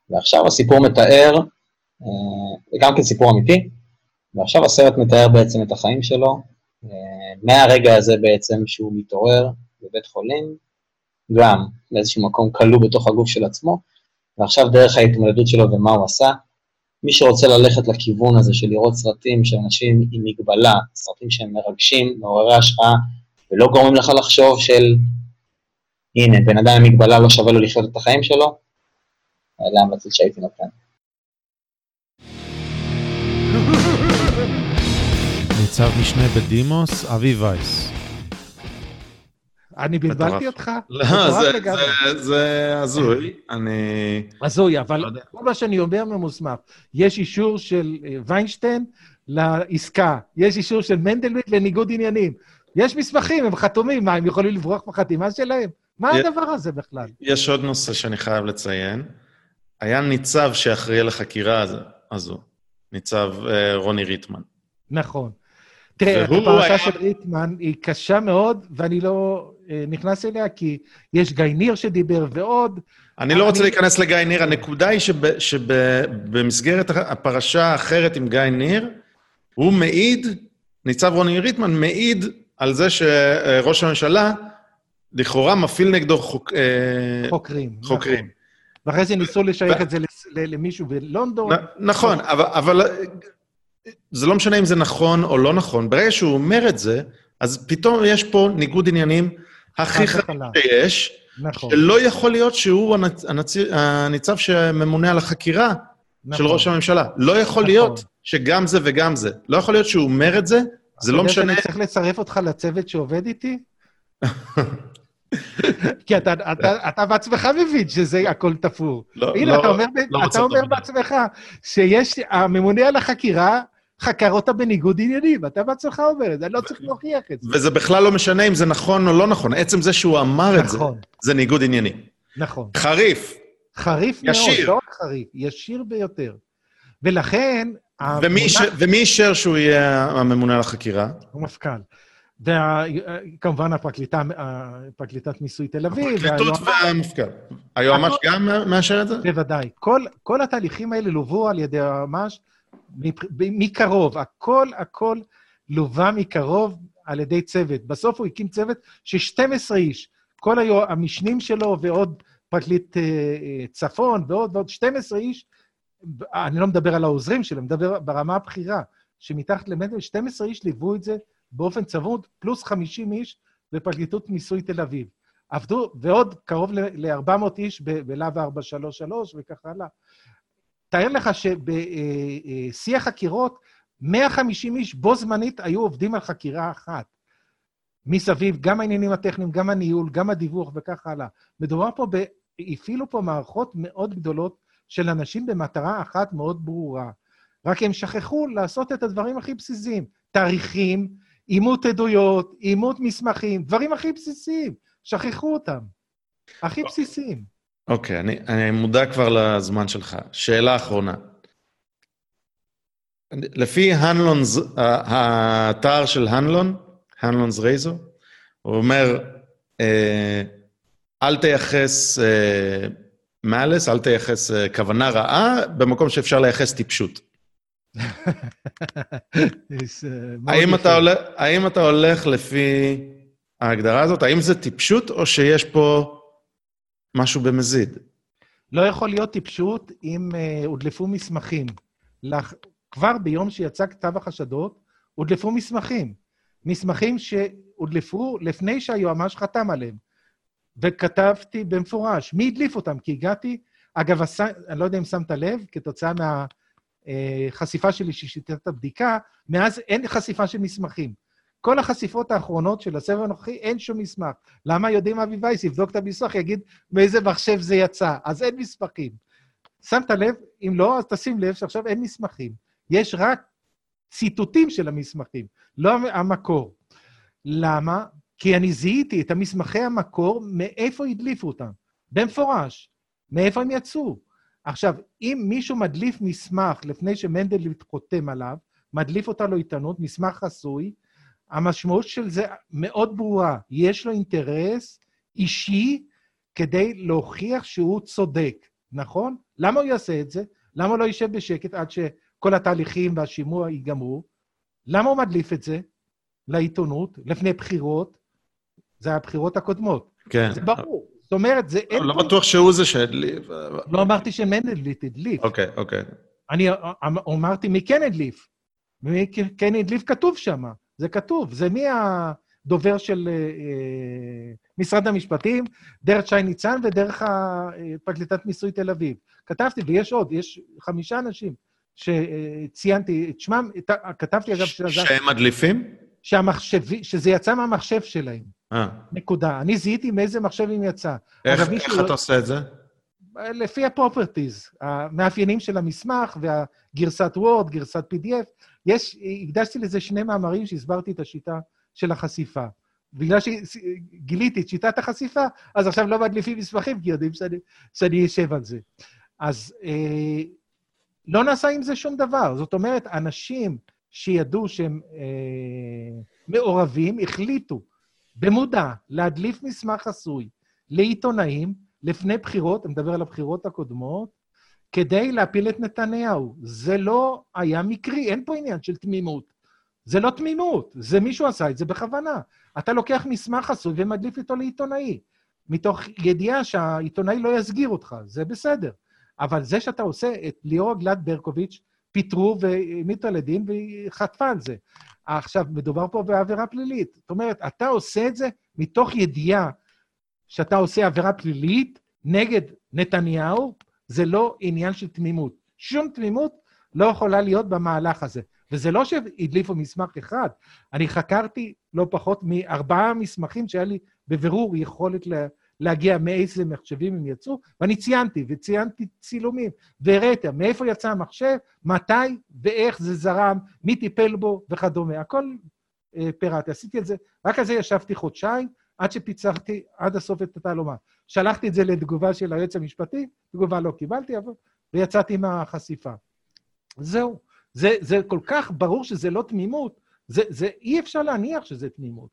[SPEAKER 7] ועכשיו הסיפור מתאר, גם כן סיפור אמיתי, ועכשיו הסרט מתאר בעצם את החיים שלו, מהרגע הזה בעצם שהוא מתעורר בבית חולים, גם באיזשהו מקום כלוא בתוך הגוף של עצמו, ועכשיו דרך ההתמודדות שלו ומה הוא עשה, מי שרוצה ללכת לכיוון הזה של לראות סרטים של אנשים עם מגבלה, סרטים שהם מרגשים, מעוררי השראה, ולא גורמים לך לחשוב של, הנה, בן אדם עם מגבלה לא שווה לו לחיות את החיים שלו, אלה ההמלצות שהייתי נותן.
[SPEAKER 1] ניצב משנה בדימוס, אבי וייס.
[SPEAKER 8] אני בלבלתי אותך?
[SPEAKER 9] לא, זה הזוי. אני...
[SPEAKER 8] הזוי, אבל כל מה שאני אומר ממוסמך, יש אישור של ויינשטיין לעסקה, יש אישור של מנדלבליט לניגוד עניינים, יש מסמכים, הם חתומים, מה, הם יכולים לברוח בחתימה שלהם? מה הדבר הזה בכלל?
[SPEAKER 9] יש עוד נושא שאני חייב לציין. היה ניצב שאחראי לחקירה הזו, ניצב רוני ריטמן.
[SPEAKER 8] נכון. תראה, הפרשה היה... של ריטמן היא קשה מאוד, ואני לא נכנס אליה, כי יש גיא ניר שדיבר ועוד.
[SPEAKER 9] אני לא אני... רוצה להיכנס לגיא ניר, הנקודה היא שב, שבמסגרת הפרשה האחרת עם גיא ניר, הוא מעיד, ניצב רוני ריטמן מעיד על זה שראש הממשלה, לכאורה מפעיל נגדו חוק...
[SPEAKER 8] חוקרים.
[SPEAKER 9] חוקרים.
[SPEAKER 8] נכון. ואחרי זה ניסו לשייך את זה למישהו בלונדון.
[SPEAKER 9] נכון, אבל זה לא משנה אם זה נכון או לא נכון. ברגע שהוא אומר את זה, אז פתאום יש פה ניגוד עניינים הכי חיים שיש, שלא יכול להיות שהוא הניצב שממונה על החקירה של ראש הממשלה. לא יכול להיות שגם זה וגם זה. לא יכול להיות שהוא אומר את זה, זה לא משנה...
[SPEAKER 8] אני צריך לצרף אותך לצוות שעובד איתי? כי אתה, אתה, אתה בעצמך מבין שזה הכל תפור. לא, הנה, לא, אתה אומר, לא אתה אומר בעצמך שיש, הממונה על החקירה חקר אותה בניגוד עניינים, אתה בעצמך אומר את זה, אני לא צריך להוכיח את זה.
[SPEAKER 9] וזה בכלל לא משנה אם זה נכון או לא נכון, עצם זה שהוא אמר את זה, זה ניגוד עניינים.
[SPEAKER 8] נכון.
[SPEAKER 9] חריף.
[SPEAKER 8] חריף מאוד, לא רק חריף, ישיר ביותר. ולכן...
[SPEAKER 9] ומי אישר שהוא יהיה הממונה על החקירה?
[SPEAKER 8] הוא מפכ"ל. וכמובן הפרקליטת מיסוי תל אביב.
[SPEAKER 9] הפרקליטות והמפכ"ל. היועמ"ש גם מאשר את זה?
[SPEAKER 8] בוודאי. כל התהליכים האלה לובו על ידי היועמ"ש מקרוב. הכל, הכל לובה מקרוב על ידי צוות. בסוף הוא הקים צוות ש-שנים עשר איש, כל המשנים שלו ועוד פרקליט צפון ועוד ועוד שנים עשר איש, אני לא מדבר על העוזרים שלו, אני מדבר ברמה הבכירה, שמתחת למנדל, שנים עשר איש ליוו את זה באופן צמוד, פלוס חמישים איש בפרקליטות מיסוי תל אביב. עבדו, ועוד קרוב ל-ארבע מאות איש בלהב ארבע שלוש שלוש וכך הלאה. תאר לך שבשיא החקירות, מאה וחמישים איש בו זמנית היו עובדים על חקירה אחת. מסביב, גם העניינים הטכניים, גם הניהול, גם הדיווח וכך הלאה. מדובר פה, הפעילו פה מערכות מאוד גדולות של אנשים במטרה אחת מאוד ברורה. רק הם שכחו לעשות את הדברים הכי בסיסיים. תאריכים, אימות עדויות, אימות מסמכים, דברים הכי בסיסיים. שכחו אותם. הכי בסיסיים.
[SPEAKER 9] אוקיי, אני, אני מודע כבר לזמן שלך. שאלה אחרונה. לפי הנלונס, האתר של הנלון, הנלונס רייזו, הוא אומר, אל תייחס מאלס, אל תייחס כוונה רעה, במקום שאפשר לייחס טיפשות. האם אתה הולך, האם אתה הולך לפי ההגדרה הזאת? האם זה טיפשות או שיש פה משהו במזיד?
[SPEAKER 8] לא יכול להיות טיפשות אם הודלפו מסמכים. כבר ביום שיצא כתב החשדות, הודלפו מסמכים. מסמכים שהודלפו לפני שהיועמ"ש חתם עליהם. וכתבתי במפורש, מי הדליף אותם? כי הגעתי, אגב, אני לא יודע אם שמת לב, כתוצאה מהחשיפה שלי ששיטת הבדיקה, מאז אין חשיפה של מסמכים. כל החשיפות האחרונות של הסבב הנוכחי, אין שום מסמך. למה יודעים אבי וייס, יבדוק את המסמך, יגיד מאיזה מחשב זה יצא, אז אין מסמכים. שמת לב? אם לא, אז תשים לב שעכשיו אין מסמכים. יש רק ציטוטים של המסמכים, לא המקור. למה? כי אני זיהיתי את המסמכי המקור, מאיפה הדליפו אותם? במפורש. מאיפה הם יצאו? עכשיו, אם מישהו מדליף מסמך לפני שמנדלבליט חותם עליו, מדליף אותה לו עיתונות, מסמך חסוי, המשמעות של זה מאוד ברורה. יש לו אינטרס אישי כדי להוכיח שהוא צודק. נכון? למה הוא יעשה את זה? למה הוא לא יישב בשקט עד שכל התהליכים והשימוע ייגמרו? למה הוא מדליף את זה לעיתונות, לפני בחירות? זה הבחירות הקודמות.
[SPEAKER 9] כן.
[SPEAKER 8] זה ברור. זאת אומרת, זה אין...
[SPEAKER 9] לא בטוח שהוא זה שהדליף.
[SPEAKER 8] לא אמרתי שמנדלבליט הדליף.
[SPEAKER 9] אוקיי, אוקיי.
[SPEAKER 8] אני אמרתי מי כן הדליף. מי כן הדליף כתוב שם. זה כתוב. זה מי הדובר של משרד המשפטים, דרך שי ניצן ודרך פרקליטת מיסוי תל אביב. כתבתי, ויש עוד, יש חמישה אנשים שציינתי את שמם, כתבתי אגב...
[SPEAKER 9] שהם מדליפים?
[SPEAKER 8] שזה יצא מהמחשב שלהם.
[SPEAKER 9] אה.
[SPEAKER 8] נקודה. אני זיהיתי מאיזה מחשב אם יצא.
[SPEAKER 9] איך, איך אתה עושה את זה?
[SPEAKER 8] לפי הפרופרטיז, המאפיינים של המסמך והגרסת וורד, גרסת פי די אף, יש, הקדשתי לזה שני מאמרים שהסברתי את השיטה של החשיפה. בגלל שגיליתי את שיטת החשיפה, אז עכשיו לא מדליפים מסמכים, כי יודעים שאני, שאני אשב על זה. אז אה, לא נעשה עם זה שום דבר. זאת אומרת, אנשים שידעו שהם אה, מעורבים, החליטו במודע להדליף מסמך חסוי לעיתונאים, לפני בחירות, אני מדבר על הבחירות הקודמות, כדי להפיל את נתניהו. זה לא היה מקרי, אין פה עניין של תמימות. זה לא תמימות, זה מישהו עשה את זה בכוונה. אתה לוקח מסמך חסוי ומדליף איתו לעיתונאי, מתוך ידיעה שהעיתונאי לא יסגיר אותך, זה בסדר. אבל זה שאתה עושה את ליאור גלעד ברקוביץ', פיטרו והעמידו לדין והיא חטפה על זה. עכשיו, מדובר פה בעבירה פלילית. זאת אומרת, אתה עושה את זה מתוך ידיעה שאתה עושה עבירה פלילית נגד נתניהו, זה לא עניין של תמימות. שום תמימות לא יכולה להיות במהלך הזה. וזה לא שהדליפו מסמך אחד, אני חקרתי לא פחות מארבעה מסמכים שהיה לי בבירור יכולת להגיע מאיזה מחשבים הם יצאו, ואני ציינתי, וציינתי צילומים, והראיתי מאיפה יצא המחשב, מתי ואיך זה זרם, מי טיפל בו וכדומה. הכל אה, פירטי, עשיתי את זה, רק על זה ישבתי חודשיים, עד שפיצחתי עד הסוף את התעלומה. שלחתי את זה לתגובה של היועץ המשפטי, תגובה לא קיבלתי, אבל... ויצאתי מהחשיפה. זהו. זה, זה כל כך ברור שזה לא תמימות, זה, זה אי אפשר להניח שזה תמימות.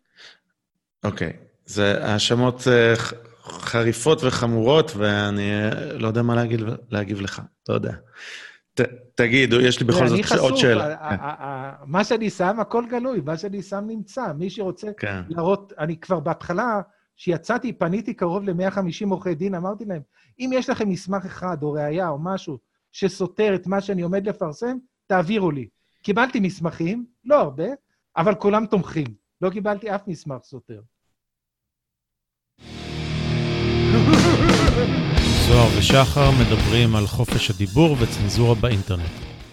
[SPEAKER 9] אוקיי. זה האשמות חריפות וחמורות, ואני לא יודע מה להגיד, להגיב לך. לא יודע. ת, תגיד, יש לי בכל זאת
[SPEAKER 8] חשוף,
[SPEAKER 9] עוד שאלה.
[SPEAKER 8] ה- ה- ה- מה שאני שם, הכל גלוי, מה שאני שם נמצא. מי שרוצה
[SPEAKER 9] כן.
[SPEAKER 8] להראות, אני כבר בהתחלה, שיצאתי, פניתי קרוב ל-מאה וחמישים עורכי דין, אמרתי להם, אם יש לכם מסמך אחד או ראייה או משהו שסותר את מה שאני עומד לפרסם, תעבירו לי. קיבלתי מסמכים, לא הרבה, אבל כולם תומכים. לא קיבלתי אף מסמך סותר.
[SPEAKER 1] זוהר ושחר מדברים על חופש הדיבור וצנזורה באינטרנט.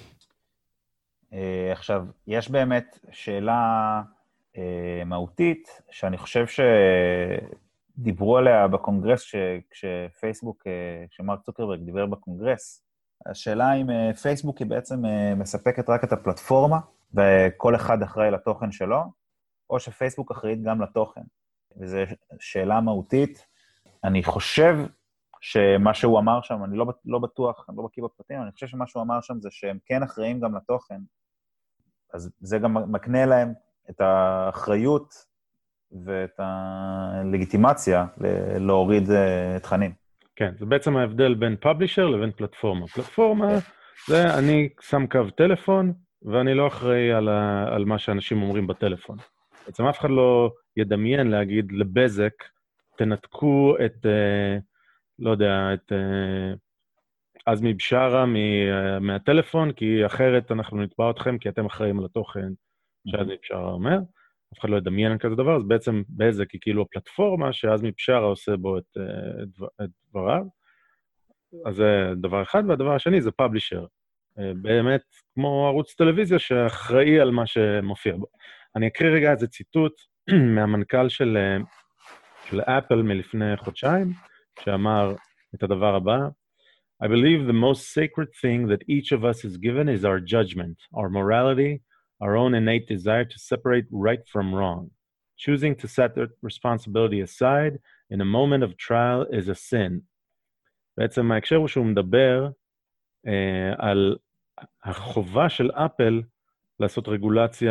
[SPEAKER 10] עכשיו, יש באמת שאלה מהותית, שאני חושב שדיברו עליה בקונגרס, כשפייסבוק, כשמרק צוקרברג דיבר בקונגרס, השאלה אם פייסבוק היא בעצם מספקת רק את הפלטפורמה, וכל אחד אחראי לתוכן שלו, או שפייסבוק אחראית גם לתוכן. וזו שאלה מהותית. אני חושב שמה שהוא אמר שם, אני לא, לא בטוח, אני לא בקיא בפרטים, אני חושב שמה שהוא אמר שם זה שהם כן אחראים גם לתוכן, אז זה גם מקנה להם את האחריות ואת הלגיטימציה להוריד תכנים.
[SPEAKER 4] כן, זה בעצם ההבדל בין פאבלישר לבין פלטפורמה. פלטפורמה זה אני שם קו טלפון, ואני לא אחראי על, ה, על מה שאנשים אומרים בטלפון. בעצם אף אחד לא ידמיין להגיד לבזק, תנתקו את, אה, לא יודע, את אה, עזמי בשארה מהטלפון, כי אחרת אנחנו נתבע אתכם, כי אתם אחראים על התוכן שעזמי בשארה אומר. אף אחד לא ידמיין כזה דבר, אז בעצם בזק היא כאילו הפלטפורמה שעזמי בשארה עושה בו את, את דבריו. אז זה דבר אחד, והדבר השני זה פאבלישר. באמת, כמו ערוץ טלוויזיה שאחראי על מה שמופיע בו. אני אקריא רגע איזה ציטוט מהמנכ"ל של, של אפל מלפני חודשיים, שאמר את הדבר הבא, I believe the most sacred thing that each of us is given is our judgment, our morality, our own innate desire to separate right from wrong. Choosing to set that responsibility aside in a moment of trial is a sin. בעצם ההקשר הוא שהוא מדבר אה, על החובה של אפל לעשות רגולציה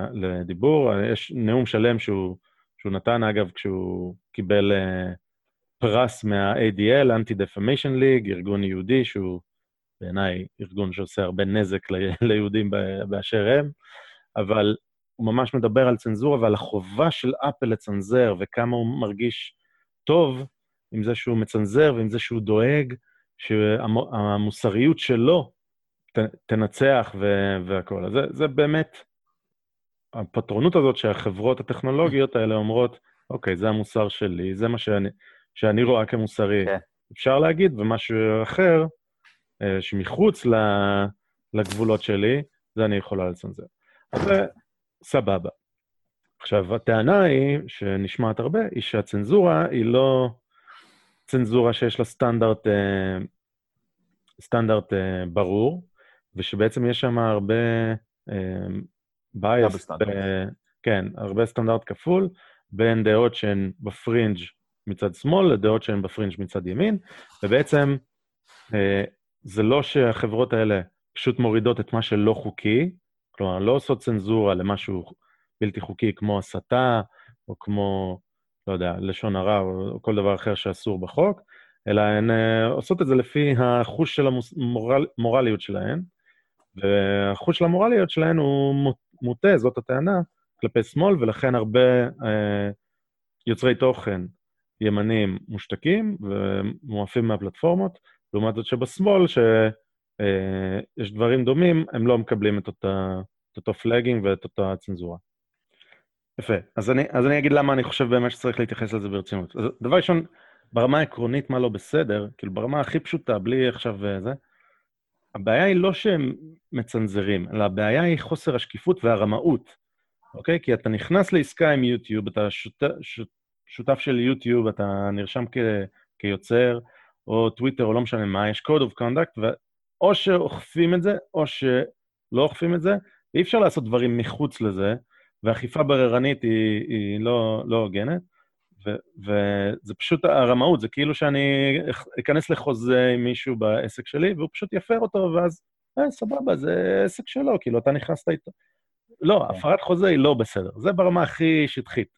[SPEAKER 4] לדיבור. יש נאום שלם שהוא, שהוא נתן, אגב, כשהוא קיבל, אה, פרס מה-איי די אל, Anti-Defamation League, ארגון יהודי, שהוא בעיניי ארגון שעושה הרבה נזק ל- ליהודים באשר הם, אבל הוא ממש מדבר על צנזורה ועל החובה של אפל לצנזר, וכמה הוא מרגיש טוב עם זה שהוא מצנזר, ועם זה שהוא דואג, שהמוסריות שלו ת, תנצח ו- והכל. זה, זה באמת, הפטרונות הזאת שהחברות הטכנולוגיות האלה אומרות, אוקיי, זה המוסר שלי, זה מה שאני, שאני רואה כמוסרי. Okay. אפשר להגיד, ומשהו אחר, שמחוץ לגבולות שלי, זה אני יכולה לצנזר. אז זה סבבה. עכשיו, הטענה היא, שנשמעת הרבה, היא שהצנזורה היא לא צנזורה שיש לה סטנדרט, סטנדרט ברור, ושבעצם יש שם הרבה בייס, כן, הרבה סטנדרט כפול, בין דעות שהן בפרינג' מצד שמאל, לדעות שהן בפרינג' מצד ימין, ובעצם זה לא שהחברות האלה פשוט מורידות את מה שלא חוקי, כלומר, לא עושות צנזורה למשהו בלתי חוקי, כמו הסתה, או כמו, לא יודע, לשון הרע, או כל דבר אחר שאסור בחוק, אלא הן עושות את זה לפי החוש של המורליות שלהן, והחוש של המורליות שלהן הוא מוטה, זאת הטענה, כלפי שמאל, ולכן הרבה אה, יוצרי תוכן ימנים מושתקים, ומועפים מהפלטפורמות, לעומת זאת שבשמאל, שיש דברים דומים, הם לא מקבלים את אותה, את אותו פלאגינג ואת אותה צנזורה. יפה. אז אני, אז אני אגיד למה אני חושב באמת שצריך להתייחס לזה ברצינות. אז דבר ראשון, ברמה העקרונית מה לא בסדר, כאילו ברמה הכי פשוטה, בלי עכשיו זה, הבעיה היא לא שהם מצנזרים, אלא הבעיה היא חוסר השקיפות והרמאות, אוקיי? כי אתה נכנס לעסקה עם יוטיוב, אתה שותף, שותף של יוטיוב, אתה נרשם כ, כיוצר, או טוויטר, או לא משנה מה, יש code of conduct, או שאוכפים את זה, או שלא אוכפים את זה, ואי אפשר לעשות דברים מחוץ לזה, והאכיפה בררנית היא, היא לא, לא הוגנת, ו, וזה פשוט הרמאות, זה כאילו שאני אכנס לחוזה עם מישהו בעסק שלי, והוא פשוט יפר אותו, ואז, אה, סבבה, זה עסק שלו, כאילו אתה נכנסת איתו. לא, הפרת חוזה היא לא בסדר, זה ברמה הכי שטחית.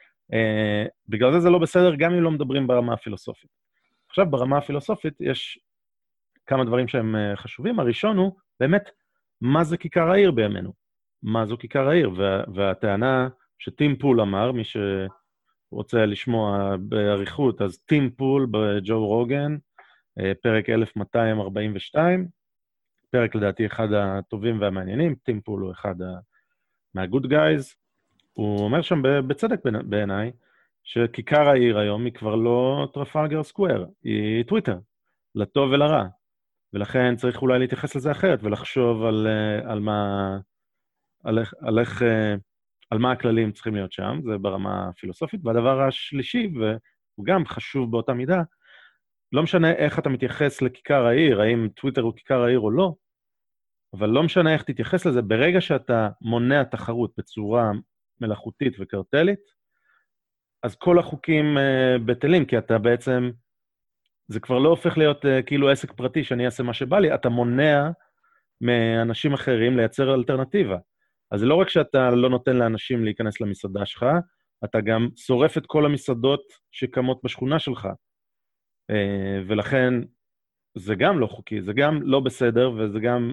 [SPEAKER 4] אה, בגלל זה זה לא בסדר, גם אם לא מדברים ברמה הפילוסופית. עכשיו, ברמה הפילוסופית יש כמה דברים שהם חשובים. הראשון הוא, באמת, מה זה כיכר העיר בימינו? מה זו כיכר העיר? וה, והטענה שטים פול אמר, מי שרוצה לשמוע בעריכות, אז טים פול בג'ו רוגן, פרק אלף מאתיים ארבעים ושתיים, פרק לדעתי אחד הטובים והמעניינים, טים פול הוא אחד מהגוד גייז, הוא אומר שם בצדק בעיניי, שכיכר העיר היום היא כבר לא טרפלגר סקוואר, היא טוויטר, לטוב ולרע. ולכן צריך אולי להתייחס לזה אחרת, ולחשוב על, על מה, על, על, איך, על מה הכללים צריכים להיות שם, זה ברמה הפילוסופית. והדבר השלישי, והוא גם חשוב באותה מידה, לא משנה איך אתה מתייחס לכיכר העיר, האם טוויטר הוא כיכר העיר או לא, אבל לא משנה איך תתייחס לזה, ברגע שאתה מונע תחרות בצורה מלאכותית וקרטלית, אז כל החוקים uh, בטלים, כי אתה בעצם, זה כבר לא הופך להיות uh, כאילו עסק פרטי שאני אעשה מה שבא לי, אתה מונע מאנשים אחרים לייצר אלטרנטיבה. אז זה לא רק שאתה לא נותן לאנשים להיכנס למסעדה שלך, אתה גם שורף את כל המסעדות שקמות בשכונה שלך. Uh, ולכן זה גם לא חוקי, זה גם לא בסדר, וזה גם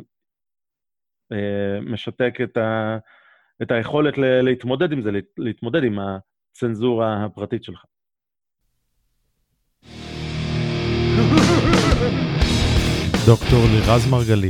[SPEAKER 4] uh, משתק את, ה, את היכולת ל, להתמודד עם זה, להתמודד עם ה... צנזורה הפרטית שלך.
[SPEAKER 1] דוקטור לירז מרגלית.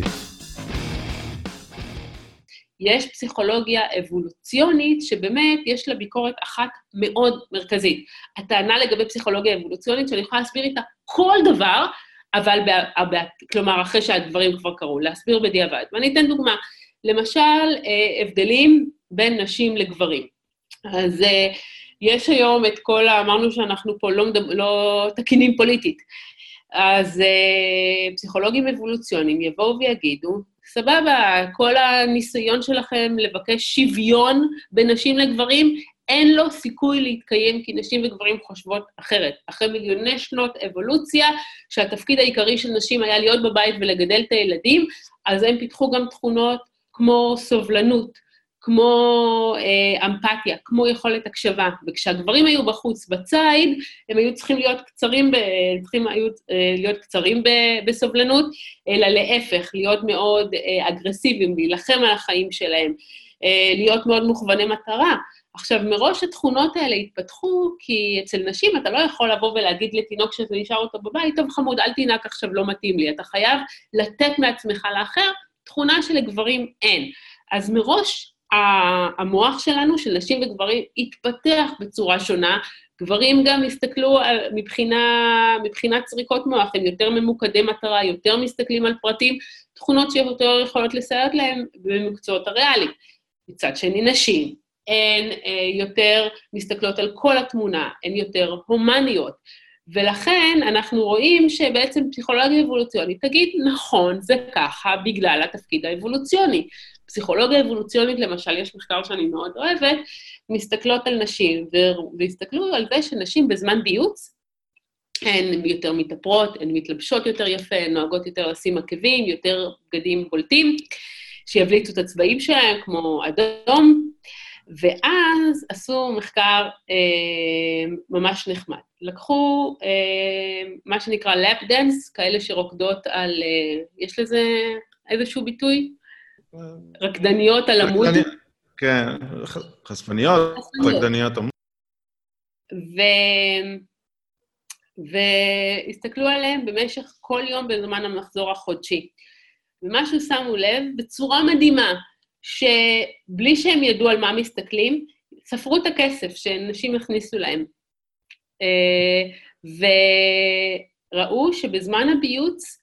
[SPEAKER 11] יש פסיכולוגיה אבולוציונית שבאמת יש לה ביקורת אחת מאוד מרכזית. הטענה לגבי פסיכולוגיה אבולוציונית שאני יכולה להסביר איתה כל דבר, אבל ב- כלומר אחרי שהדברים כבר קרו, להסביר בדיעבד. ואני אתן דוגמה, למשל הבדלים בין נשים לגברים. אז יש היום את כל, אמרנו שאנחנו פה לא, לא תקינים פוליטית, אז uh, פסיכולוגים אבולוציוניים יבואו ויגידו, סבבה, כל הניסיון שלכם לבקש שוויון בין נשים לגברים, אין לו סיכוי להתקיים, כי נשים וגברים חושבות אחרת. אחרי מיליוני שנות אבולוציה, שהתפקיד העיקרי של נשים היה להיות בבית ולגדל את הילדים, אז הם פיתחו גם תכונות כמו סובלנות, כמו אה, אמפתיה, כמו יכולת הקשבה, וכשהגברים היו בחוץ בצייד, הם היו צריכים להיות קצרים, ב, צריכים היו אה, להיות קצרים ב, בסובלנות, אלא להפך, להיות מאוד אה, אגרסיביים, להילחם על החיים שלהם, אה, להיות מאוד מוכווני מטרה. עכשיו, מראש התכונות האלה התפתחו, כי אצל נשים אתה לא יכול לבוא ולהגיד לתינוק שאתה נשאר אותו בבית, טוב חמוד, אל תינק עכשיו, לא מתאים לי, אתה חייב לתת מעצמך לאחר, תכונה שלגברים אין. אז מראש, המוח שלנו, של נשים וגברים, התפתח בצורה שונה, גברים גם הסתכלו מבחינה, מבחינת צריקות מוח, הם יותר ממוקדי מטרה, יותר מסתכלים על פרטים, תכונות שיותר יכולות לסייע להם במקצועות הריאליים. מצד שני, נשים, הן אה, יותר מסתכלות על כל התמונה, הן יותר הומניות, ולכן אנחנו רואים שבעצם פסיכולוגיה אבולוציונית תגיד, נכון, זה ככה, בגלל התפקיד האבולוציוני. פסיכולוגיה אבולוציונית, למשל, יש מחקר שאני מאוד אוהבת, מסתכלות על נשים, והסתכלו על זה שנשים בזמן ביוץ, הן יותר מתאפרות, הן מתלבשות יותר יפה, הן נוהגות יותר לשים עקבים, יותר בגדים בולטים, שיבליטו את הצבעים שלהם, כמו אדום, ואז עשו מחקר אה, ממש נחמד. לקחו אה, מה שנקרא לאפ דנס, כאלה שרוקדות על, אה, יש לזה איזשהו ביטוי? רקדניות על עמוד.
[SPEAKER 9] כן, חשפניות, רקדניות.
[SPEAKER 11] ו... והסתכלו עליהם במשך כל יום בזמן המחזור החודשי. ומשהו שמו לב, בצורה מדהימה, שבלי שהם ידעו על מה מסתכלים, ספרו את הכסף שנשים הכניסו להם. וראו שבזמן הביוץ,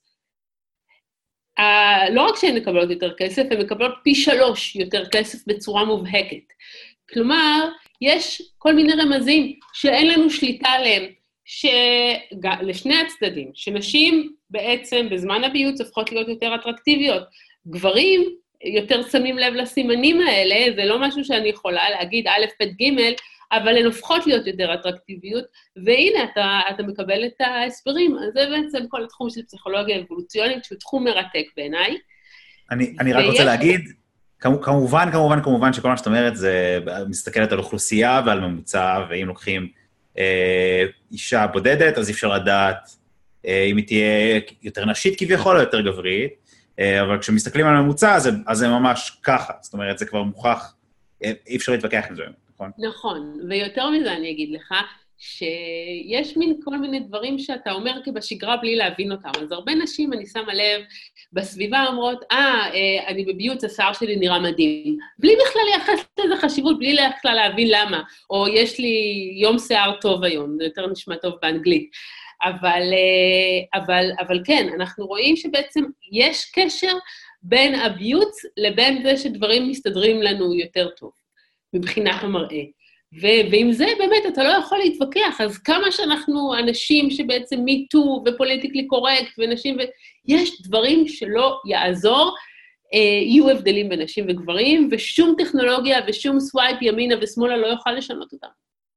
[SPEAKER 11] לא רק שהן מקבלות יותר כסף, הן מקבלות פי שלוש יותר כסף בצורה מובהקת. כלומר, יש כל מיני רמזים שאין לנו שליטה עליהם, שלשני הצדדים, שנשים בעצם בזמן הביוץ הופכות להיות יותר אטרקטיביות. גברים יותר שמים לב לסימנים האלה, זה לא משהו שאני יכולה להגיד א', ב', ג', אבל הן הופכות להיות יותר אטרקטיביות, והנה אתה, אתה מקבל את ההסברים. אז זה בעצם כל התחום של פסיכולוגיה אבולוציונית, שהוא תחום מרתק בעיניי.
[SPEAKER 10] אני, אני רק רוצה להגיד, כמובן, כמובן, כמובן שכל מה שאת אומרת זה מסתכלת על אוכלוסייה ועל ממוצע, ואם לוקחים אה, אישה בודדת, אז אי אפשר לדעת אה, אם היא תהיה יותר נשית כביכול או יותר גברית, אה, אבל כשמסתכלים על ממוצע, אז, אז זה ממש ככה, זאת אומרת, זה כבר מוכח, אה, אי אפשר להתווכח עם זה, נכון?
[SPEAKER 11] נכון, ויותר מזה אני אגיד לך, שיש מין כל מיני דברים שאתה אומר כבשגרה בלי להבין אותם. אז הרבה נשים, אני שמה לב, בסביבה אומרות, אה, אני בביוץ, השיער שלי נראה מדהים. בלי בכלל לייחס לזה חשיבות, בלי בכלל להבין למה. או יש לי יום שיער טוב היום, זה יותר נשמע טוב באנגלית. אבל, אבל, אבל כן, אנחנו רואים שבעצם יש קשר בין הביוץ לבין זה שדברים מסתדרים לנו יותר טוב, מבחינת המראה. ו- ועם זה באמת אתה לא יכול להתווכח, אז כמה שאנחנו אנשים שבעצם מיטו ופוליטיקלי קורקט ונשים, ו- יש דברים שלא יעזור, אה, יהיו הבדלים בין נשים וגברים, ושום טכנולוגיה ושום סווייפ ימינה ושמאלה לא יוכל לשנות אותם.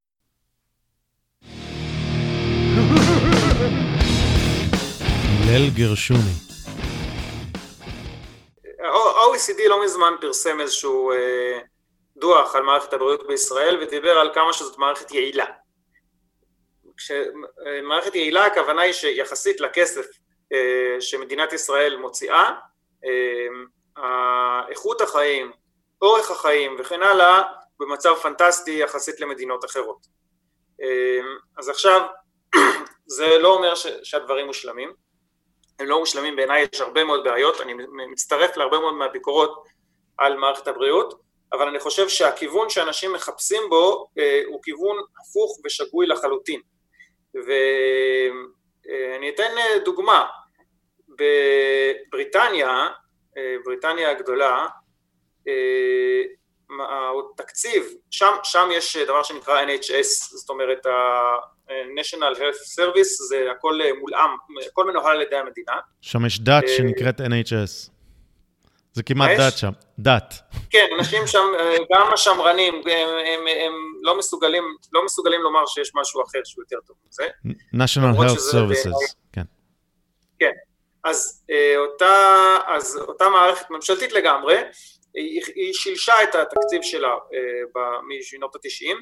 [SPEAKER 1] ליל גרשוני.
[SPEAKER 12] ה-או אי סי די לא מזמן פרסם איזשהו אה, דוח על מערכת הבריאות בישראל, ודיבר על כמה שזאת מערכת יעילה. כשמערכת יעילה, הכוונה היא שיחסית לכסף אה, שמדינת ישראל מוציאה, אה, איכות החיים, אורך החיים וכן הלאה, במצב פנטסטי יחסית למדינות אחרות. אה, אז עכשיו, זה לא אומר ש- שהדברים מושלמים, הם לא מושלמים בעיניי, יש הרבה מאוד בעיות, אני מצטרף להרבה מאוד מהביקורות על מערכת הבריאות, אבל אני חושב שהכיוון שאנשים מחפשים בו אה, הוא כיוון הפוך ושגוי לחלוטין. ואני אתן דוגמה, בבריטניה, אה, בריטניה הגדולה, אה, התקציב, שם, שם יש דבר שנקרא אן אייץ' אס, זאת אומרת ה-National Health Service, זה הכל מולאם, הכל מנוהל על ידי המדינה.
[SPEAKER 1] שם יש דת שנקראת אן אייץ' אס. זה כמעט דת שם, דת.
[SPEAKER 12] כן, אנשים שם, גם השמרנים, הם, הם, הם לא מסוגלים, לא מסוגלים לומר שיש משהו אחר שהוא יותר טוב מזה.
[SPEAKER 1] National Health Services, כן.
[SPEAKER 12] כן, אז אותה, אז אותה מערכת ממשלתית לגמרי, היא, היא שילשה את התקציב שלה משנות ה-תשעים,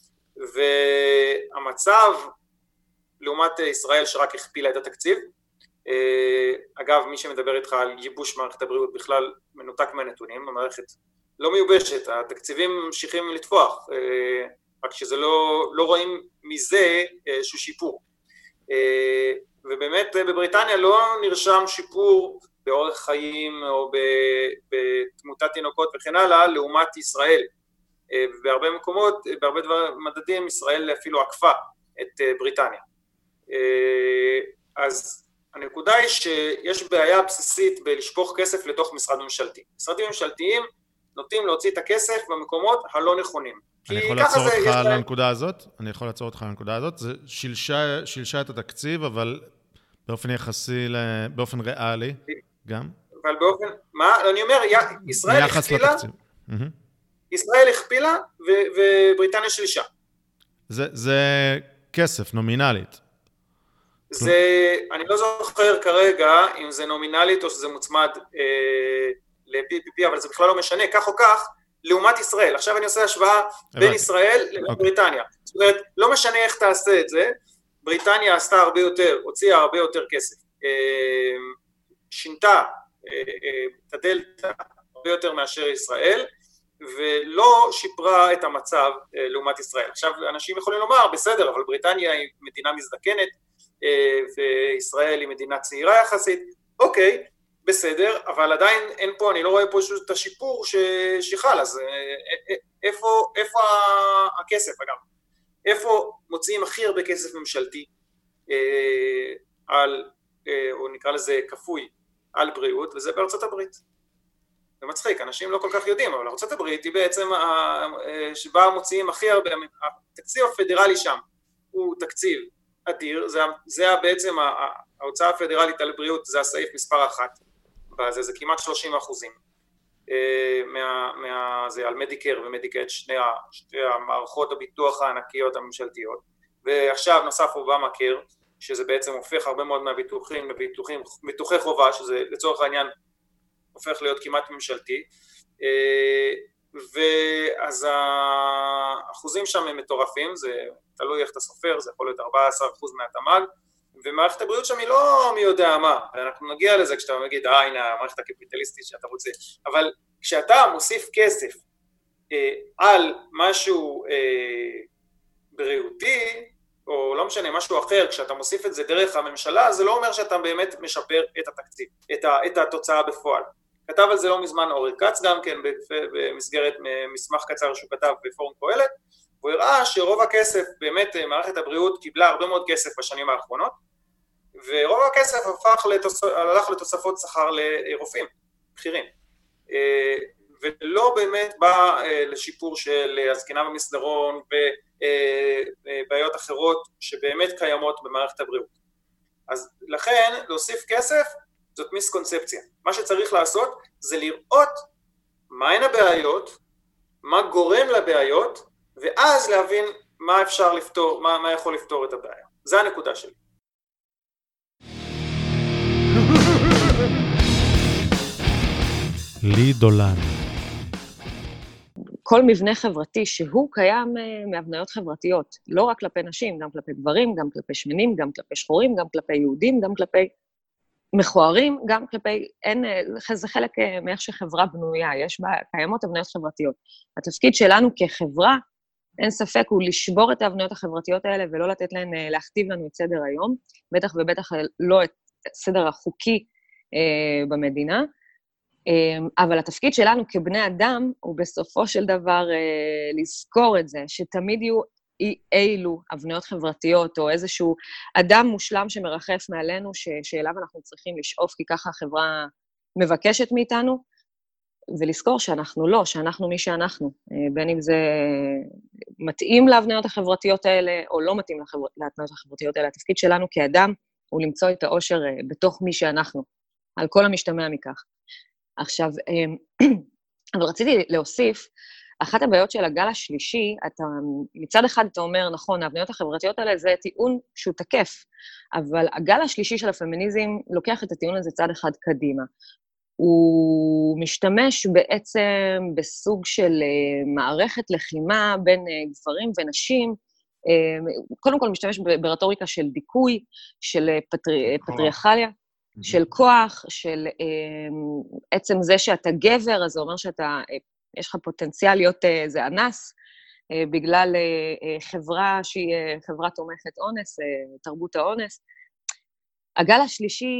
[SPEAKER 12] והמצב לעומת ישראל שרק הכפילה את התקציב, אגב, מי שמדבר איתך על ייבוש מערכת הבריאות בכלל מנותק מהנתונים, המערכת לא מיובשת, התקציבים ממשיכים לתפוח, רק שזה לא, לא רואים מזה איזשהו שיפור. ובאמת בבריטניה לא נרשם שיפור באורח חיים או בתמותת תינוקות וכן הלאה, לעומת ישראל. בהרבה מקומות, בהרבה דבר, מדדים, ישראל אפילו עקפה את בריטניה. אז הנקודה היא שיש בעיה בסיסית בלשפוך כסף לתוך משרד ממשלתי. משרדים ממשלתיים נוטים להוציא את הכסף במקומות הלא נכונים.
[SPEAKER 1] אני יכול לעצור אותך על הנקודה הזאת? אני יכול לעצור אותך על הנקודה הזאת? זה שילשה, שילשה את התקציב, אבל באופן יחסי, באופן ריאלי גם?
[SPEAKER 12] אבל באופן, מה? אני אומר, ישראל הכפילה, ישראל הכפילה ובריטניה שילשה.
[SPEAKER 1] זה, זה כסף, נומינלית.
[SPEAKER 12] זה, אני לא זוכר כרגע אם זה נומינלית או שזה מוצמד אה, ל-פי פי פי, אבל זה בכלל לא משנה, כך או כך, לעומת ישראל. עכשיו אני עושה השוואה בין ישראל לבריטניה. זאת אומרת, לא משנה איך תעשה את זה, בריטניה עשתה הרבה יותר, הוציאה הרבה יותר כסף. אה, שינתה אה, אה, את הדלטה הרבה יותר מאשר ישראל, ולא שיפרה את המצב אה, לעומת ישראל. עכשיו, אנשים יכולים לומר, בסדר, אבל בריטניה היא מדינה מזדקנת, וישראל היא מדינה צעירה יחסית, אוקיי, בסדר, אבל עדיין אין פה, אני לא רואה פה את השיפור שחל, אז איפה, איפה הכסף, אגב? איפה מוציאים הכי הרבה כסף ממשלתי על, או נקרא לזה כפוי, על בריאות, וזה בארצות הברית. זה מצחיק, אנשים לא כל כך יודעים, אבל ארצות הברית היא בעצם שבה מוציאים הכי הרבה, התקציב הפדרלי שם הוא תקציב אדיר, זה, זה בעצם ההוצאה הפדרלית על בריאות, זה הסעיף מספר אחת, בזה, זה כמעט שלושים אחוזים, מה, מה, זה על מדיקר ומדיקט, שני, שתי המערכות הביטוח הענקיות הממשלתיות, ועכשיו נוסף אובמה קר, שזה בעצם הופך הרבה מאוד מהביטוחים, לביטוחים, ביטוחי חובה, שזה לצורך העניין הופך להיות כמעט ממשלתי, ואז האחוזים שם הם מטורפים, זה תלוי איך אתה סופר, זה יכול להיות ארבעה עשר אחוז מהתמ"ג, ומערכת הבריאות שם היא לא מי יודע מה, אנחנו נגיע לזה כשאתה מגיד, אה, הנה, המערכת הקפיטליסטית שאתה רוצה, אבל כשאתה מוסיף כסף אה, על משהו אה, בריאותי, או לא משנה, משהו אחר, כשאתה מוסיף את זה דרך הממשלה, זה לא אומר שאתה באמת משפר את התקציב, את, ה, את התוצאה בפועל. כתב על זה לא מזמן אורי כץ גם כן, במסגרת מסמך קצר שהוא כתב בפורום קהלת, הוא הראה שרוב הכסף, באמת מערכת הבריאות קיבלה הרבה מאוד כסף בשנים האחרונות, ורוב הכסף הפך לתוס... הלך לתוספות שכר לרופאים, בכירים, ולא באמת בא לשיפור של הזקנה במסדרון ובעיות אחרות שבאמת קיימות במערכת הבריאות. אז לכן להוסיף כסף זאת מיסקונספציה. מה שצריך לעשות זה לראות מהן הבעיות, מה גורם לבעיות, ואז להבין מה אפשר לפתור, מה, מה יכול לפתור את הבעיה. זה הנקודה שלי.
[SPEAKER 1] לי דולן.
[SPEAKER 13] כל מבנה חברתי שהוא קיים מהבניות חברתיות, לא רק כלפי נשים, גם כלפי גברים, גם כלפי שמנים, גם כלפי שחורים, גם כלפי יהודים, גם כלפי מכוערים, גם כלפי, אין, זה חלק מאיך שחברה בנויה, יש בה, קיימות הבניות חברתיות. התפקיד שלנו כחברה, אין ספק, הוא לשבור את ההבניות החברתיות האלה, ולא לתת להן להכתיב לנו את סדר היום, בטח ובטח לא את סדר החוקי אה, במדינה, אה, אבל התפקיד שלנו כבני אדם, הוא בסופו של דבר אה, לזכור את זה, שתמיד יהיו אי אילו הבניות חברתיות, או איזשהו אדם מושלם שמרחף מעלינו, ש, שאליו אנחנו צריכים לשאוף, כי ככה החברה מבקשת מאיתנו, ולזכור שאנחנו לא, שאנחנו מי שאנחנו, בין אם זה מתאים להבניות החברתיות האלה, או לא מתאים להבניות החברתיות האלה. התפקיד שלנו כאדם הוא למצוא את האושר בתוך מי שאנחנו, על כל המשתמע מכך. עכשיו, אבל רציתי להוסיף, אחת הבעיות של הגל השלישי, אתה, מצד אחד אתה אומר, נכון, ההבניות החברתיות האלה זה טיעון שהוא תקף, אבל הגל השלישי של הפמיניזם לוקח את הטיעון הזה צד אחד קדימה. הוא משתמש בעצם בסוג של מערכת לחימה בין גברים ונשים, קודם כל משתמש ברטוריקה של דיכוי, של פטרי, פטריארכליה, של כוח, של עצם זה שאתה גבר, אז זה אומר שאתה, יש לך פוטנציאל להיות איזה אנס, בגלל חברה שהיא חברה תומכת אונס, תרבות האונס. הגל השלישי,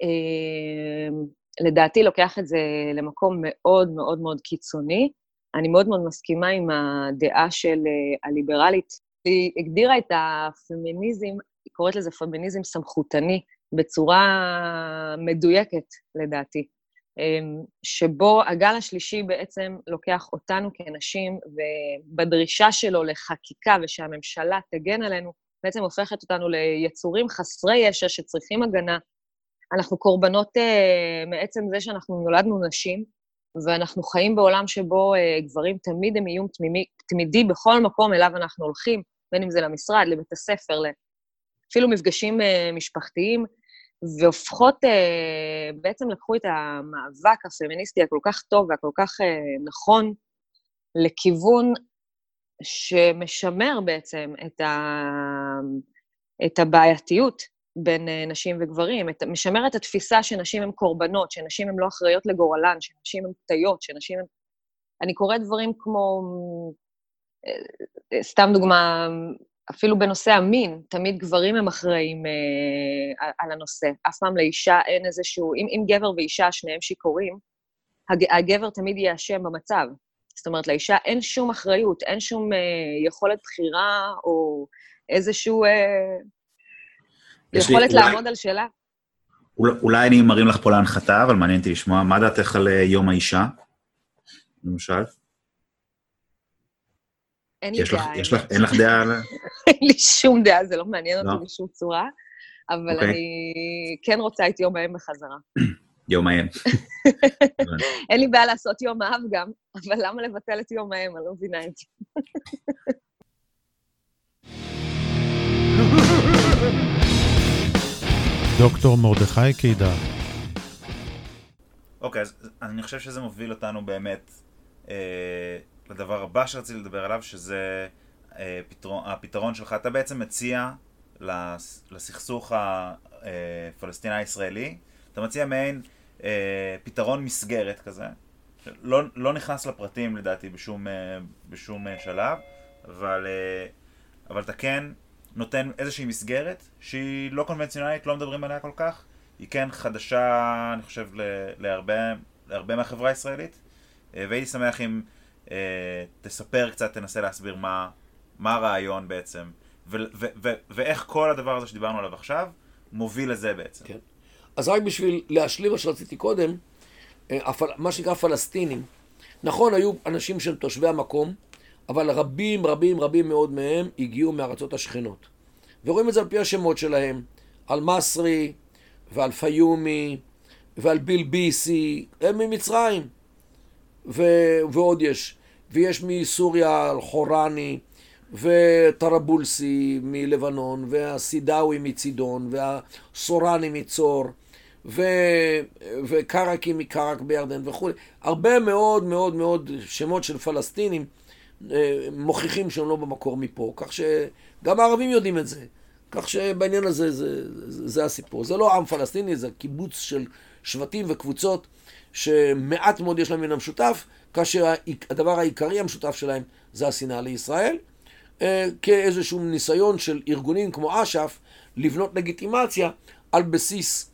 [SPEAKER 13] לדעתי לוקח את זה למקום מאוד מאוד מאוד קיצוני. אני מאוד מאוד מסכימה עם הדעה של הליברלית. היא הגדירה את הפמיניזם, היא קוראת לזה פמיניזם סמכותני, בצורה מדויקת לדעתי, שבו הגל השלישי בעצם לוקח אותנו כאנשים, ובדרישה שלו לחקיקה ושהממשלה תגן עלינו, בעצם הופכת אותנו ליצורים חסרי ישע שצריכים הגנה. אנחנו קורבנות uh, מעצם זה שאנחנו נולדנו נשים, ואנחנו חיים בעולם שבו uh, גברים תמיד הם איום תמימי, תמידי בכל מקום אליו אנחנו הולכים, בין אם זה למשרד, לבית הספר, אפילו מפגשים uh, משפחתיים, והופכות, uh, בעצם לקחו את המאבק הפמיניסטי הכל כך טוב והכל כך uh, נכון, לכיוון שמשמר בעצם את, ה... את הבעייתיות בין נשים וגברים, את... משמר את התפיסה שנשים הן קורבנות, שנשים הן לא אחראיות לגורלן, שנשים הן פתיות, שנשים הן... אני קוראת דברים כמו, סתם דוגמה, אפילו בנושא המין, תמיד גברים הם אחראים אה, על הנושא, אף פעם לאישה אין איזשהו, אם, אם גבר ואישה שניהם שיכורים, הג... הגבר תמיד יהיה אשם במצב, זאת אומרת, לאישה אין שום אחריות, אין שום אה, יכולת בחירה, או איזשהו אה, יכולת לי, לעמוד אולי, על שאלה.
[SPEAKER 10] אולי, אולי אני מרים לך פה להנחתה, אבל מעניין אותי לשמוע, מה דעתך על יום האישה, למשל?
[SPEAKER 13] אין לי דעה.
[SPEAKER 10] לך, יש לך, אין לך דעה על...
[SPEAKER 13] אין לי שום דעה, זה לא מעניין אותי בשום צורה, אבל okay. אני כן רוצה את יום האם בחזרה.
[SPEAKER 10] יום האם.
[SPEAKER 13] אין לי בעיה לעשות יום האב גם, אבל למה לבטל את יום האם? אני לא מבינה את זה.
[SPEAKER 1] דוקטור מרדכי קידר.
[SPEAKER 10] אוקיי, אז אני חושב שזה מוביל אותנו באמת אה, לדבר הבא שרציתי לדבר עליו, שזה אה, פתרון, הפתרון שלך. אתה בעצם מציע לסכסוך הפלסטיני-ישראלי, אתה מציע מעין אה, פתרון מסגרת כזה, לא, לא נכנס לפרטים לדעתי בשום, אה, בשום אה, שלב, אבל, אה, אבל אתה כן נותן איזושהי מסגרת שהיא לא קונבנציונלית, לא מדברים עליה כל כך, היא כן חדשה, אני חושב, להרבה, להרבה מהחברה הישראלית, אה, והייתי שמח אם אה, תספר קצת, תנסה להסביר מה, מה הרעיון בעצם, ו, ו, ו, ואיך כל הדבר הזה שדיברנו עליו עכשיו מוביל לזה בעצם.
[SPEAKER 14] כן. אז רק בשביל להשלים מה שרציתי קודם, מה שנקרא פלסטינים, נכון, היו אנשים של תושבי המקום, אבל רבים, רבים, רבים מאוד מהם הגיעו מארצות השכנות. ורואים את זה על פי השמות שלהם, על מסרי ועל פיומי ועל בילביסי, הם ממצרים, ו- ועוד יש. ויש מסוריה על חורני, וטרבולסי מלבנון, והסידאוי מצידון, והסורני מצור, ו... וקרקי מקרק בירדן וכו'. הרבה מאוד מאוד מאוד שמות של פלסטינים מוכיחים שהם לא במקור מפה, כך שגם הערבים יודעים את זה. כך שבעניין הזה זה, זה, זה הסיפור. זה לא עם פלסטיני, זה קיבוץ של שבטים וקבוצות שמעט מאוד יש להם מן המשותף, כאשר הדבר העיקרי המשותף שלהם זה השנאה לישראל, כאיזשהו ניסיון של ארגונים כמו אש"ף לבנות לגיטימציה על בסיס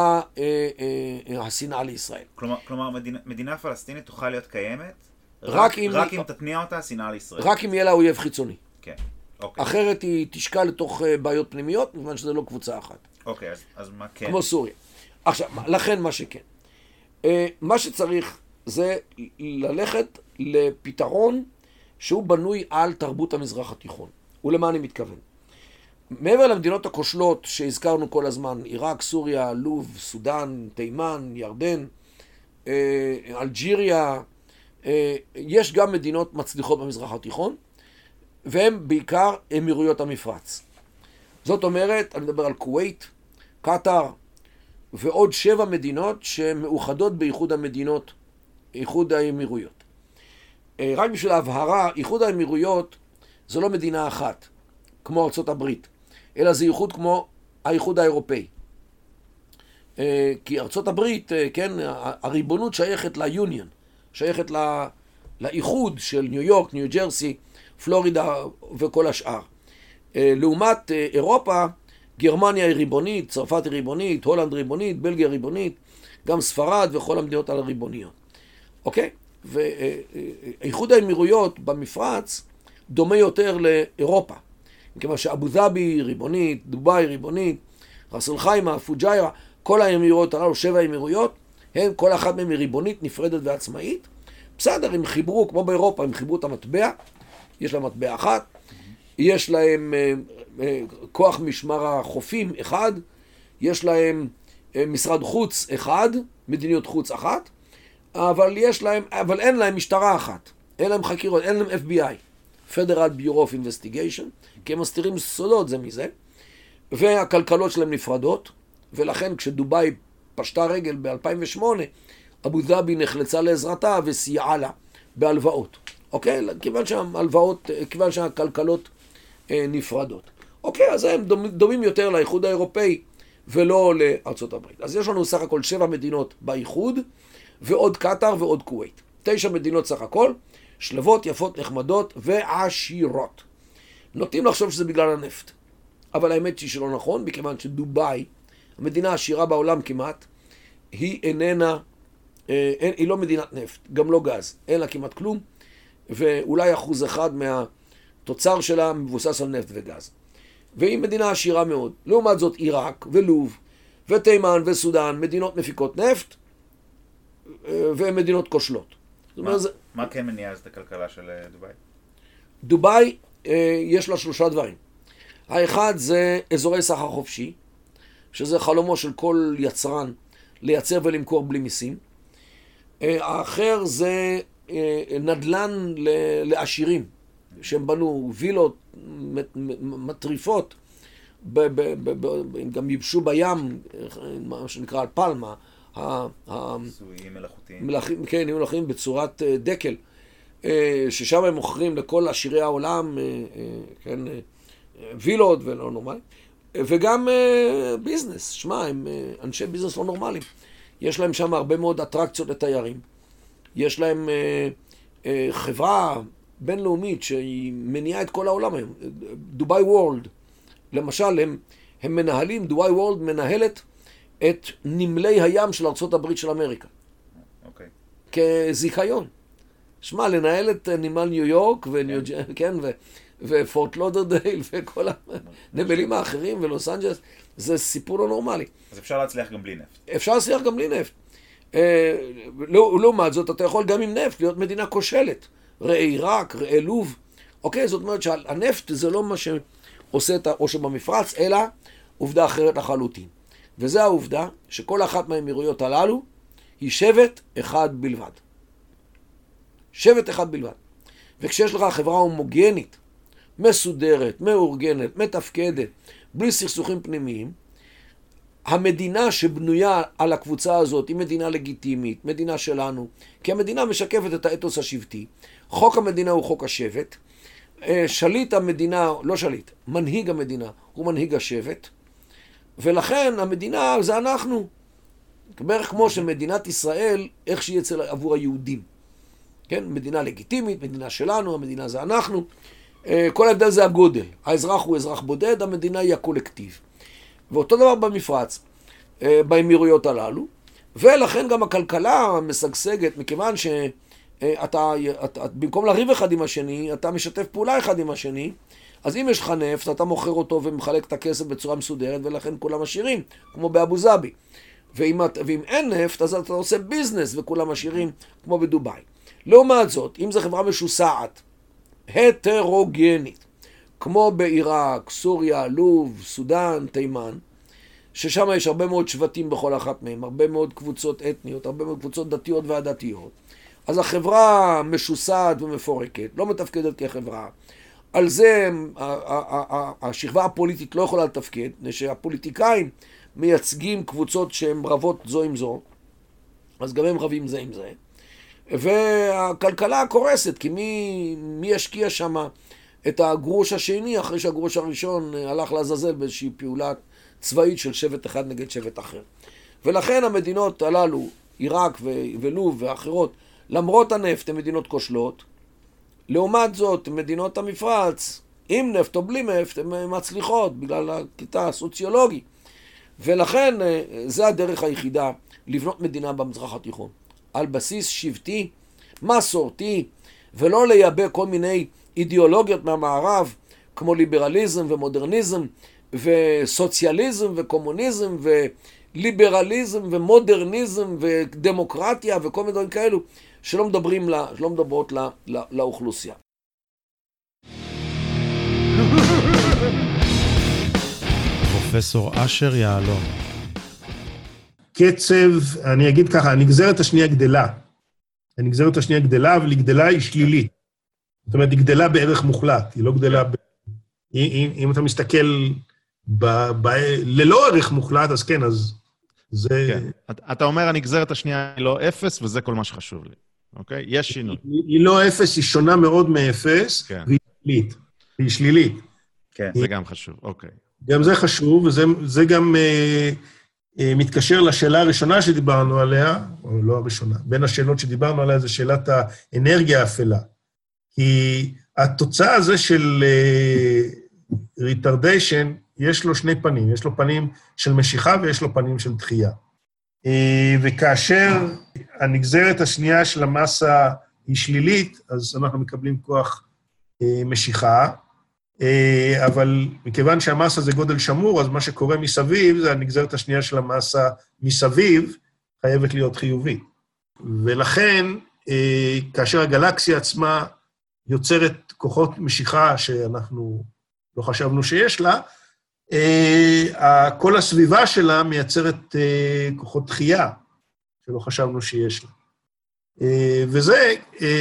[SPEAKER 14] השנאה לישראל.
[SPEAKER 10] כלומר, כלומר מדינה, מדינה פלסטינית תוכל להיות קיימת רק,
[SPEAKER 14] רק, אם,
[SPEAKER 10] רק אם תתניע אותה השנאה לישראל.
[SPEAKER 14] רק אם יהיה לה אויב חיצוני.
[SPEAKER 10] כן. אוקיי.
[SPEAKER 14] אחרת היא תשקע לתוך בעיות פנימיות, מכיוון שזה לא קבוצה אחת.
[SPEAKER 10] אוקיי, אז, אז מה כן?
[SPEAKER 14] כמו סוריה. עכשיו, לכן מה שכן. מה שצריך זה ללכת לפתרון שהוא בנוי על תרבות המזרח התיכון. ולמה אני מתכוון? מעבר למדינות הכושלות שהזכרנו כל הזמן, עיראק, סוריה, לוב, סודן, תימן, ירדן, אלג'יריה, יש גם מדינות מצליחות במזרח התיכון, והן בעיקר אמירויות המפרץ. זאת אומרת, אני מדבר על כווית, קטר, ועוד שבע מדינות שמאוחדות באיחוד המדינות, איחוד האמירויות. רק בשביל ההבהרה, איחוד האמירויות זו לא מדינה אחת, כמו ארצות הברית, אלא זה איחוד כמו האיחוד האירופאי. כי ארצות הברית, כן, הריבונות שייכת ליוניון, שייכת לאיחוד של ניו יורק, ניו ג'רסי, פלורידה וכל השאר. לעומת אירופה, גרמניה היא ריבונית, צרפת היא ריבונית, הולנד ריבונית, בלגיה ריבונית, גם ספרד וכל המדינות הריבוניות. אוקיי? ואיחוד האמירויות במפרץ דומה יותר לאירופה. מכיוון שאבו דאבי היא ריבונית, דובאי ריבונית, ראס אל חיימה, פוג'יירה, כל האמירויות הללו, שבע האמירויות, הן כל אחת מהן ריבונית, נפרדת ועצמאית. בסדר, הם חיברו, כמו באירופה, הם חיברו את המטבע, יש להם מטבע אחת, יש להם כוח משמר החופים אחד, יש להם משרד חוץ אחד, מדיניות חוץ אחת, אבל יש להם, אבל אין להם משטרה אחת, אין להם חקירות, אין להם אף בי איי, Federal Bureau of Investigation, כי הם מסתירים סודות זה מזה, והכלכלות שלהם נפרדות, ולכן כשדובאי פשטה רגל ב-אלפיים ושמונה, אבו דאבי נחלצה לעזרתה וסייעה לה בהלוואות. אוקיי? כיוון שההלוואות, כיוון שהכלכלות אה, נפרדות. אוקיי, אז הם דומים יותר לאיחוד האירופאי ולא לארצות הברית. אז יש לנו סך הכל שבע מדינות באיחוד, ועוד קטר ועוד כווית. תשע מדינות סך הכל, שלבות, יפות, נחמדות ועשירות. נוטים לחשוב שזה בגלל הנפט. אבל האמת היא שלא נכון, מכיוון שדובאי, המדינה העשירה בעולם כמעט, היא איננה, אה, היא לא מדינת נפט, גם לא גז, אין לה כמעט כלום, ואולי אחוז אחד מהתוצר שלה מבוסס על נפט וגז. והיא מדינה עשירה מאוד. לעומת זאת עיראק ולוב ותימן וסודן, מדינות מפיקות נפט ומדינות כושלות.
[SPEAKER 10] מה, זה... מה כן מניע את הכלכלה של דובאי?
[SPEAKER 14] דובאי יש לה שלושה דברים. האחד זה אזורי סחר חופשי, שזה חלומו של כל יצרן לייצר ולמכור בלי מיסים. האחר זה נדל"ן לעשירים, שהם בנו וילות מטריפות, הם גם ייבשו בים, מה שנקרא פלמה,
[SPEAKER 10] ניסויים מלאכותיים.
[SPEAKER 14] כן, ניסויים מלאכותיים בצורת דקל, ששם הם מוכרים לכל עשירי העולם, כן, וילות ולא נורמלי, וגם ביזנס, שמה, הם אנשי ביזנס לא נורמליים. יש להם שם הרבה מאוד אטרקציות לתיירים, יש להם חברה בינלאומית שהיא מניעה את כל העולם היום, דובאי וורלד, למשל, הם, הם מנהלים, דובאי וורלד מנהלת את נמלי הים של ארצות הברית של אמריקה.
[SPEAKER 10] אוקיי.
[SPEAKER 14] כזיכיון. שמע, לנהל את נמל ניו יורק, וניו ג' כן, ו... ופורט לודרדייל וכל הנמלים האחרים ולוס אנג'לס, זה סיפור לא נורמלי.
[SPEAKER 10] אז אפשר להצליח גם בלי נפט.
[SPEAKER 14] אפשר להצליח גם בלי נפט. לעומת זאת, אתה יכול גם עם נפט להיות מדינה כושלת. ראה עיראק, ראה לוב. אוקיי, זאת אומרת שהנפט זה לא מה שעושה את העושר במפרץ, אלא עובדה אחרת לחלוטין. וזה העובדה שכל אחת מהאמירויות הללו היא שבט אחד בלבד. שבט אחד בלבד. וכשיש לך חברה הומוגנית, מסודרת, מאורגנת, מתפקדת, בלי סכסוכים פנימיים, המדינה שבנויה על הקבוצה הזאת היא מדינה לגיטימית, מדינה שלנו, כי המדינה משקפת את האתוס השבטי. חוק המדינה הוא חוק השבט. שליט המדינה, לא שליט, מנהיג המדינה הוא מנהיג השבט. ולכן המדינה זה אנחנו. בערך כמו שמדינת ישראל, איך שהיא אצל עבור היהודים. כן? מדינה לגיטימית, מדינה שלנו, המדינה זה אנחנו. כל ההבדל זה הגודל. האזרח הוא אזרח בודד, המדינה היא הקולקטיב. ואותו דבר במפרץ, באמירויות הללו. ולכן גם הכלכלה משגשגת, מכיוון שאתה, אתה, במקום לריב אחד עם השני, אתה משתף פעולה אחד עם השני, אז אם יש לך נפט, אתה מוכר אותו ומחלק את הכסף בצורה מסודרת, ולכן כולם עשירים, כמו באבו זאבי. ואם, ואם אין נפט, אז אתה עושה ביזנס, וכולם עשירים, כמו בדובאי. לעומת זאת, אם זו חברה משוסעת, הטרוגנית, כמו בעיראק, סוריה, לוב, סודן, תימן, ששם יש הרבה מאוד שבטים בכל אחת מהם, הרבה מאוד קבוצות אתניות, הרבה מאוד קבוצות דתיות ועדתיות, אז החברה משוסעת ומפורקת, לא מתפקדת כחברה. על זה השכבה הפוליטית לא יכולה לתפקד, שהפוליטיקאים מייצגים קבוצות שהן רבות זו עם זו, אז גם הם רבים זה עם זה. והכלכלה קורסת, כי מי, מי ישקיע שם את הגרוש השני, אחרי שהגרוש הראשון הלך לעזאזל באיזושהי פעולה צבאית של שבט אחד נגד שבט אחר. ולכן המדינות הללו, עיראק ולוב ואחרות, למרות הנפט הן מדינות כושלות. לעומת זאת, מדינות המפרץ, עם נפט או בלי נפט, הן מצליחות בגלל הקטע הסוציולוגי. ולכן זה הדרך היחידה לבנות מדינה במזרח התיכון. על בסיס שבטי, מסורתי, ולא לייבא כל מיני אידיאולוגיות מהמערב, כמו ליברליזם ומודרניזם, וסוציאליזם וקומוניזם, וליברליזם ומודרניזם ודמוקרטיה וכל מיני דברים כאלו, שלא מדברים לה, שלא מדברות לה, לה, לאוכלוסייה.
[SPEAKER 1] פרופסור אשר יעלון.
[SPEAKER 15] קצב, אני אגיד ככה, הנגזרת השנייה גדלה. הנגזרת השנייה גדלה, אבל היא גדלה היא שלילית. זאת אומרת, היא גדלה בערך מוחלט, היא לא גדלה ב... אם, אם אתה מסתכל ב, ב, ללא ערך מוחלט, אז כן, אז זה...
[SPEAKER 1] כן. אתה אומר, הנגזרת השנייה היא לא אפס, וזה כל מה שחשוב לי. אוקיי? יש שינוי.
[SPEAKER 15] היא, היא לא אפס, היא שונה מאוד מאפס, כן. והיא שלילית. היא שלילית.
[SPEAKER 1] כן, היא... זה גם חשוב, אוקיי.
[SPEAKER 15] גם זה חשוב, וזה זה גם אה, אה, מתקשר לשאלה הראשונה שדיברנו עליה, או לא הראשונה, בין השאלות שדיברנו עליה, זה שאלת האנרגיה האפלה. כי התוצאה הזה של uh, retardation, יש לו שני פנים, יש לו פנים של משיכה ויש לו פנים של דחייה. Uh, וכאשר הנגזרת השנייה של המסה היא שלילית, אז אנחנו מקבלים כוח uh, משיכה, uh, אבל מכיוון שהמסה זה גודל שמור, אז מה שקורה מסביב, זה הנגזרת השנייה של המסה מסביב, חייבת להיות חיובית. ולכן, uh, כאשר הגלקסיה עצמה, יוצרת כוחות משיכה שאנחנו לא חשבנו שיש לה, כל הסביבה שלה מייצרת כוחות דחייה שלא חשבנו שיש לה. וזה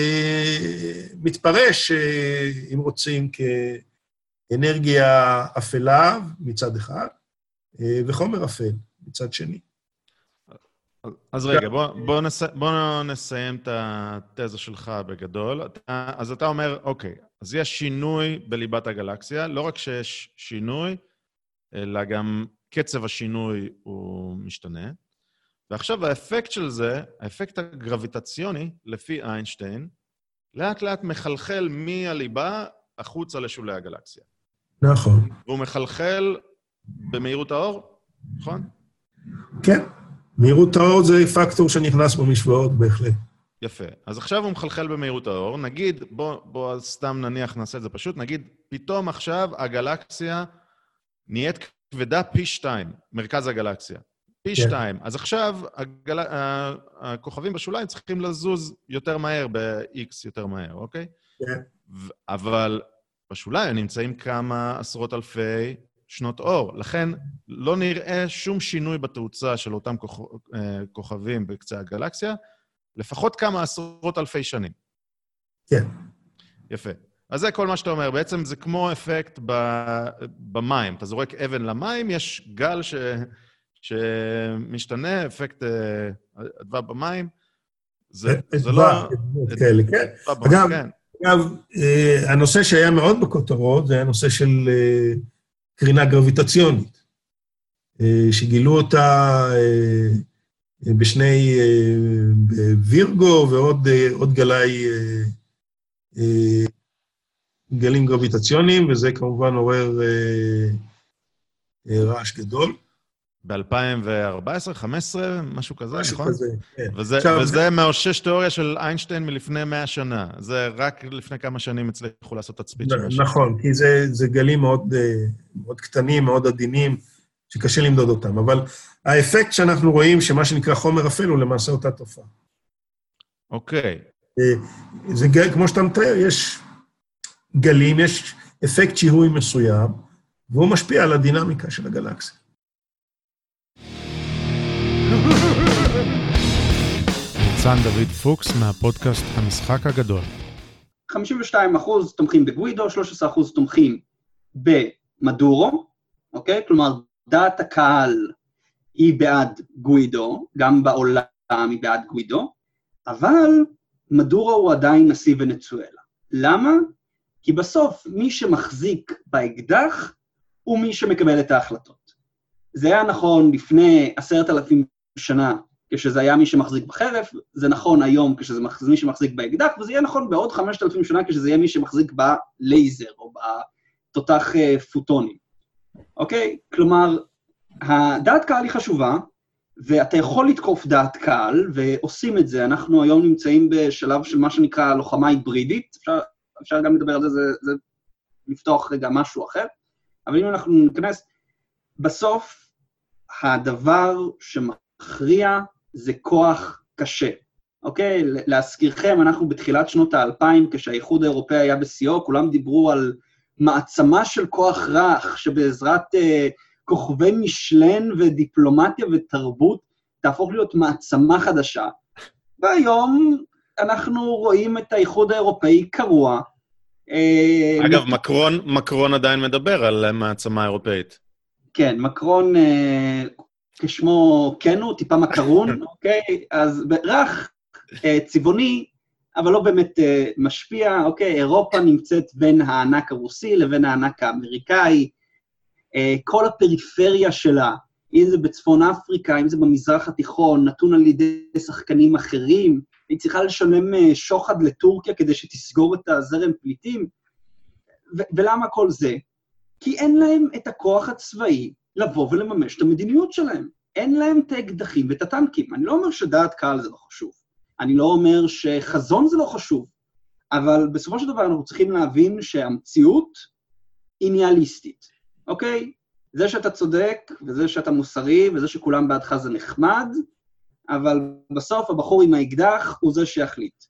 [SPEAKER 15] מתפרש, אם רוצים, כאנרגיה אפלה מצד אחד, וחומר אפל מצד שני.
[SPEAKER 1] אז רגע, בוא, בוא, נס... בוא נסיים את התזה שלך בגדול. אז אתה אומר, אוקיי, אז יש שינוי בליבת הגלקסיה, לא רק שיש שינוי, אלא גם קצב השינוי הוא משתנה. ועכשיו האפקט של זה, האפקט הגרביטציוני, לפי איינשטיין, לאט לאט מחלחל מהליבה החוצה לשולי הגלקסיה.
[SPEAKER 15] נכון.
[SPEAKER 1] והוא מחלחל במהירות האור, נכון?
[SPEAKER 15] כן. מהירות האור זה פקטור שנכנס במשוואות בהחלט.
[SPEAKER 1] יפה. אז עכשיו הוא מחלחל במהירות האור. נגיד, בוא, בוא סתם נניח נעשה את זה פשוט, נגיד, פתאום עכשיו הגלקסיה נהיית כבדה פי שתיים, מרכז הגלקסיה. פי כן. שתיים. אז עכשיו הגל... הכוכבים בשוליים צריכים לזוז יותר מהר, ב-X יותר מהר, אוקיי? כן. ו... אבל בשוליים נמצאים כמה עשרות אלפי שנות אור. לכן לא נראה שום שינוי בתאוצה של אותם כוכבים בקצה הגלקסיה, לפחות כמה עשרות אלפי שנים.
[SPEAKER 15] כן.
[SPEAKER 1] יפה. אז זה כל מה שאתה אומר. בעצם זה כמו אפקט במים. אתה זורק אבן למים, יש גל ש... שמשתנה, אפקט אדווה במים. זה, זה לא...
[SPEAKER 15] כאלה, כן. אגב, אגב, הנושא שהיה מאוד בכותרות, זה הנושא של קרינה גרביטציונית, שגילו אותה בשני, בווירגו ועוד עוד גלי, גלים גרביטציוניים, וזה כמובן עורר רעש גדול.
[SPEAKER 1] ב-אלפיים וארבע עשרה, חמש עשרה, משהו כזה,
[SPEAKER 15] משהו
[SPEAKER 1] נכון?
[SPEAKER 15] כזה, כן.
[SPEAKER 1] וזה, עכשיו, וזה זה... מאושש תיאוריה של איינשטיין מלפני מאה שנה. זה רק לפני כמה שנים הצליחו לעשות תצפית של משהו.
[SPEAKER 15] נכון, כי זה, זה גלים מאוד, מאוד קטנים, מאוד עדינים, שקשה למדוד אותם. אבל האפקט שאנחנו רואים, שמה שנקרא חומר אפל, הוא למעשה אותה תופעה.
[SPEAKER 1] אוקיי.
[SPEAKER 15] זה גל, כמו שאתה מתאר, יש גלים, יש אפקט שיהוי מסוים, והוא משפיע על הדינמיקה של הגלקסיה.
[SPEAKER 1] ניצן דוד פוקס מהפודקאסט המשחק הגדול.
[SPEAKER 16] חמישים ושתיים אחוז תומכים בגווידו, שלושה עשר אחוז תומכים במדורו, אוקיי? כלומר, דעת הקהל היא בעד גוידו, גם בעולם היא בעד גוידו, אבל מדורו הוא עדיין נשיא ונצואלה. למה? כי בסוף מי שמחזיק באקדח הוא מי שמקבל את ההחלטות. זה היה נכון לפני עשרת אלפים שנה, כשזה היה מי שמחזיק בחרב, זה נכון היום כשזה מי שמחזיק באקדח, וזה יהיה נכון בעוד חמשת אלפים שנה כשזה יהיה מי שמחזיק בלייזר או בתותח פוטונים. אוקיי? כלומר, הדעת קהל היא חשובה, ואתה יכול לתקוף דעת קהל, ועושים את זה. אנחנו היום נמצאים בשלב של מה שנקרא לוחמה היברידית, אפשר, אפשר גם לדבר על זה, זה, זה לפתוח רגע משהו אחר, אבל אם אנחנו ניכנס, בסוף הדבר שמכריע זה כוח קשה. אוקיי? להזכירכם, אנחנו בתחילת שנות האלפיים, כשהאיחוד האירופאי היה בשיאו, כולם דיברו על מעצמה של כוח רך, שבעזרת אה, כוכבי משלן ודיפלומטיה ותרבות, תהפוך להיות מעצמה חדשה. והיום אנחנו רואים את האיחוד האירופאי קרוע. אה,
[SPEAKER 9] אגב, מת... מקרון, מקרון עדיין מדבר על מעצמה אירופאית.
[SPEAKER 16] כן, מקרון, אה, כשמו כן הוא, טיפה מקרון, אוקיי? אז רך, אה, צבעוני, אבל לא באמת uh, משפיע, אוקיי, אירופה נמצאת בין הענק הרוסי לבין הענק האמריקאי, uh, כל הפריפריה שלה, אם זה בצפון אפריקה, אם זה במזרח התיכון, נתון על ידי שחקנים אחרים, היא צריכה לשלם uh, שוחד לטורקיה כדי שתסגור את הזרם פליטים, ו- ולמה כל זה? כי אין להם את הכוח הצבאי לבוא ולממש את המדיניות שלהם, אין להם את האקדחים ואת הטנקים, אני לא אומר שדעת קהל זה לא חשוב, אני לא אומר שחזון זה לא חשוב, אבל בסופו של דבר אנחנו צריכים להבין שהמציאות היא ניאליסטית, אוקיי? זה שאתה צודק, וזה שאתה מוסרי, וזה שכולם בעדך זה נחמד, אבל בסוף הבחור עם האקדח הוא זה שיחליט.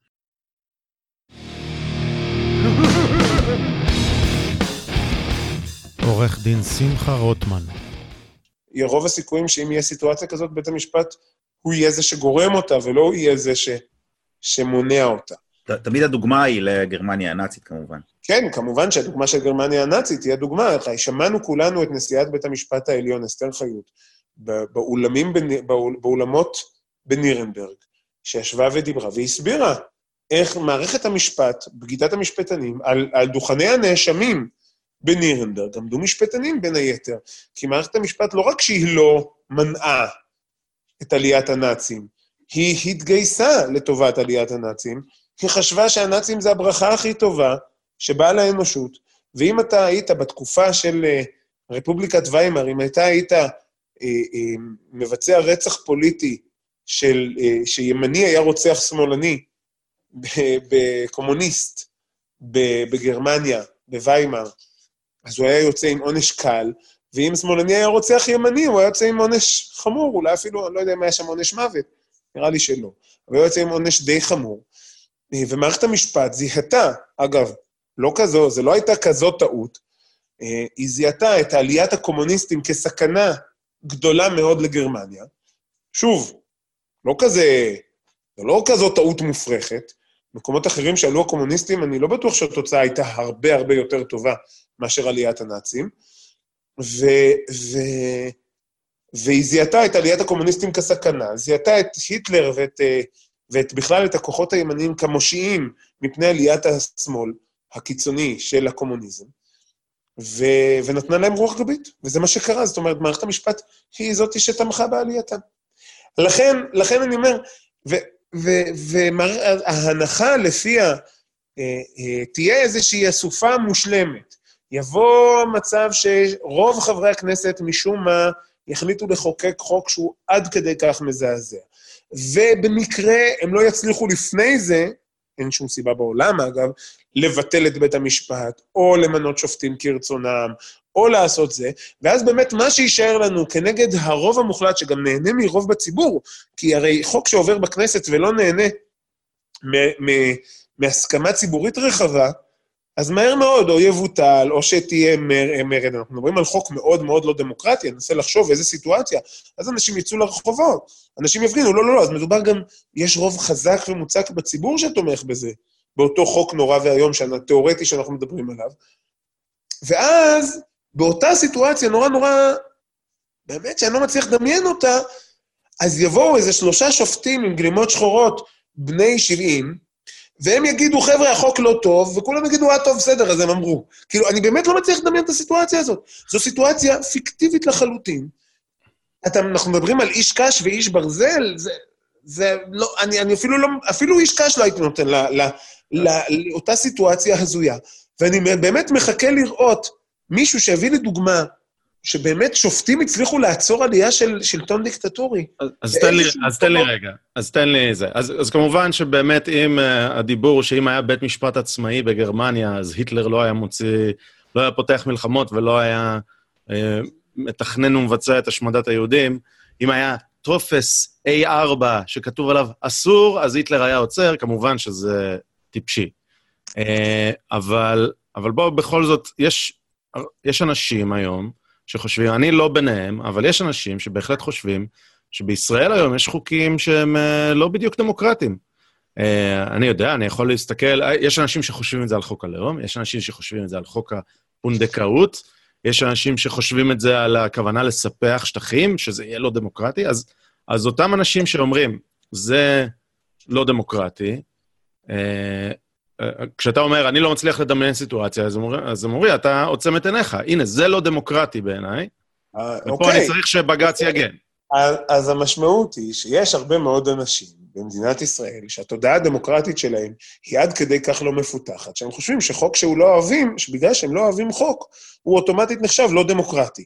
[SPEAKER 1] עורך דין שמחה רוטמן.
[SPEAKER 17] רוב הסיכויים שאם יהיה סיטואציה כזאת, בית המשפט הוא יהיה זה שגורם אותה, ולא הוא יהיה זה ש... שמונע אותה.
[SPEAKER 10] ת, תמיד הדוגמה היא לגרמניה הנאצית, כמובן.
[SPEAKER 17] כן, כמובן שהדוגמה של גרמניה הנאצית היא הדוגמה. שמענו כולנו את נשיאת בית המשפט העליון, אסתר חיות, באולמים, באולמות בנירנברג, שישבה ודיברה והסבירה איך מערכת המשפט, בגידת המשפטנים, על, על דוכני הנאשמים בנירנברג, עמדו משפטנים בין היתר, כי מערכת המשפט לא רק שהיא לא מנעה את עליית הנאצים, היא התגייסה לטובת עליית הנאצים, היא חשבה שהנאצים זה הברכה הכי טובה שבאה לאנושות, ואם אתה היית בתקופה של רפובליקת ויימר, אם אתה היית אה, אה, מבצע רצח פוליטי של, אה, שימני היה רוצח שמאלני, בקומוניסט, בגרמניה, בוויימר, אז הוא היה יוצא עם עונש קל, ואם שמאלני היה רוצח ימני, הוא היה יוצא עם עונש חמור, אולי אפילו, אני לא יודע אם היה שם עונש מוות, נראה לי שלא, אבל הוא היה יוצא עם עונש די חמור. ומערכת המשפט זיהתה, אגב, לא כזו, זה לא הייתה כזאת טעות, היא זיהתה את עליית הקומוניסטים כסכנה גדולה מאוד לגרמניה. שוב, לא כזה, זה לא כזאת טעות מופרכת, מקומות אחרים שעלו הקומוניסטים, אני לא בטוח שהתוצאה הייתה הרבה הרבה יותר טובה מאשר עליית הנאצים, ו... ו... והיא זיהתה את עליית הקומוניסטים כסכנה, זיהתה את היטלר ואת, ואת בכלל את הכוחות הימניים כמושיעים מפני עליית השמאל הקיצוני של הקומוניזם, ו... ונתנה להם רוח גבית, וזה מה שקרה, זאת אומרת, מערכת המשפט היא זאת שתמכה בעלייתה. לכן, לכן אני אומר, ו... וההנחה לפיה תהיה איזושהי אסופה מושלמת, יבוא מצב שרוב חברי הכנסת משום מה יחליטו לחוקק חוק שהוא עד כדי כך מזעזע, ובמקרה הם לא יצליחו לפני זה, אין שום סיבה בעולם אגב, לבטל את בית המשפט, או למנות שופטים כרצונם, או לעשות זה, ואז באמת מה שישאר לנו כנגד הרוב המוחלט, שגם נהנה מרוב בציבור, כי הרי חוק שעובר בכנסת ולא נהנה מהסכמה ציבורית רחבה, אז מהר מאוד או יבוטל, או שתהיה מרד. אנחנו מדברים על חוק מאוד מאוד לא דמוקרטי, ננסה לחשוב איזה סיטואציה, אז אנשים יצאו לרחובות, אנשים יפגינו, לא, לא, לא, אז מדובר גם, יש רוב חזק ומוצק בציבור שתומך בזה, באותו חוק נורא והיום, תיאורטי שאנחנו מדברים עליו, ואז באותה סיטואציה נורא נורא באמת שאני לא מצליח לדמיין אותה, אז יבואו איזה שלושה שופטים עם גלימות שחורות, בני שבעים, והם יגידו, חבר'ה, החוק לא טוב, וכולם יגידו, אה, טוב, בסדר, אז הם אמרו. כאילו, אני באמת לא מצליח לדמיין את הסיטואציה הזאת. זו סיטואציה פיקטיבית לחלוטין. אתה, אנחנו מדברים על איש קש ואיש ברזל, זה, זה לא, אני, אני אפילו לא, אפילו איש קש לא הייתי נותן ל, ל, ל, לאותה סיטואציה הזויה. ואני באמת מחכה לראות מישהו שהביא לי דוגמה, שבאמת שופטים הצליחו לעצור עלייה של שלטון דיקטטורי.
[SPEAKER 1] אז תן לי, אז תן לי רגע, אז תן לי זה. אז, אז כמובן שבאמת אם uh, הדיבור שאם היה בית משפט עצמאי בגרמניה, אז היטלר לא היה מוציא, לא היה פותח מלחמות ולא היה uh, מתכנן ומבצע את השמדת היהודים. אם היה טופס איי ארבע שכתוב עליו אסור, אז היטלר היה עוצר, כמובן שזה טיפשי. Uh, אבל, אבל בואו בכל זאת, יש, יש אנשים היום, שחושבים, אני לא ביניהם, אבל יש אנשים שבהחלט חושבים שבישראל היום יש חוקים שהם לא בדיוק דמוקרטיים. אני יודע, אני יכול להסתכל, יש אנשים שחושבים את זה על חוק הלאום, יש אנשים שחושבים את זה על חוק הפונדקאות, יש אנשים שחושבים את זה על הכוונה לספח שטחים, שזה יהיה לא דמוקרטי, אז, אז אותם אנשים שאומרים, זה לא דמוקרטי, כשאתה אומר, אני לא מצליח לדמיין סיטואציה, אז אמורי, אתה עוצם את עיניך. הנה, זה לא דמוקרטי בעיניי, ופה אני צריך שבג"ץ יגן.
[SPEAKER 17] אז המשמעות היא שיש הרבה מאוד אנשים במדינת ישראל, שהתודעה הדמוקרטית שלהם היא עד כדי כך לא מפותחת, שהם חושבים שחוק שהוא לא אוהבים, שבגלל שהם לא אוהבים חוק, הוא אוטומטית נחשב לא דמוקרטי.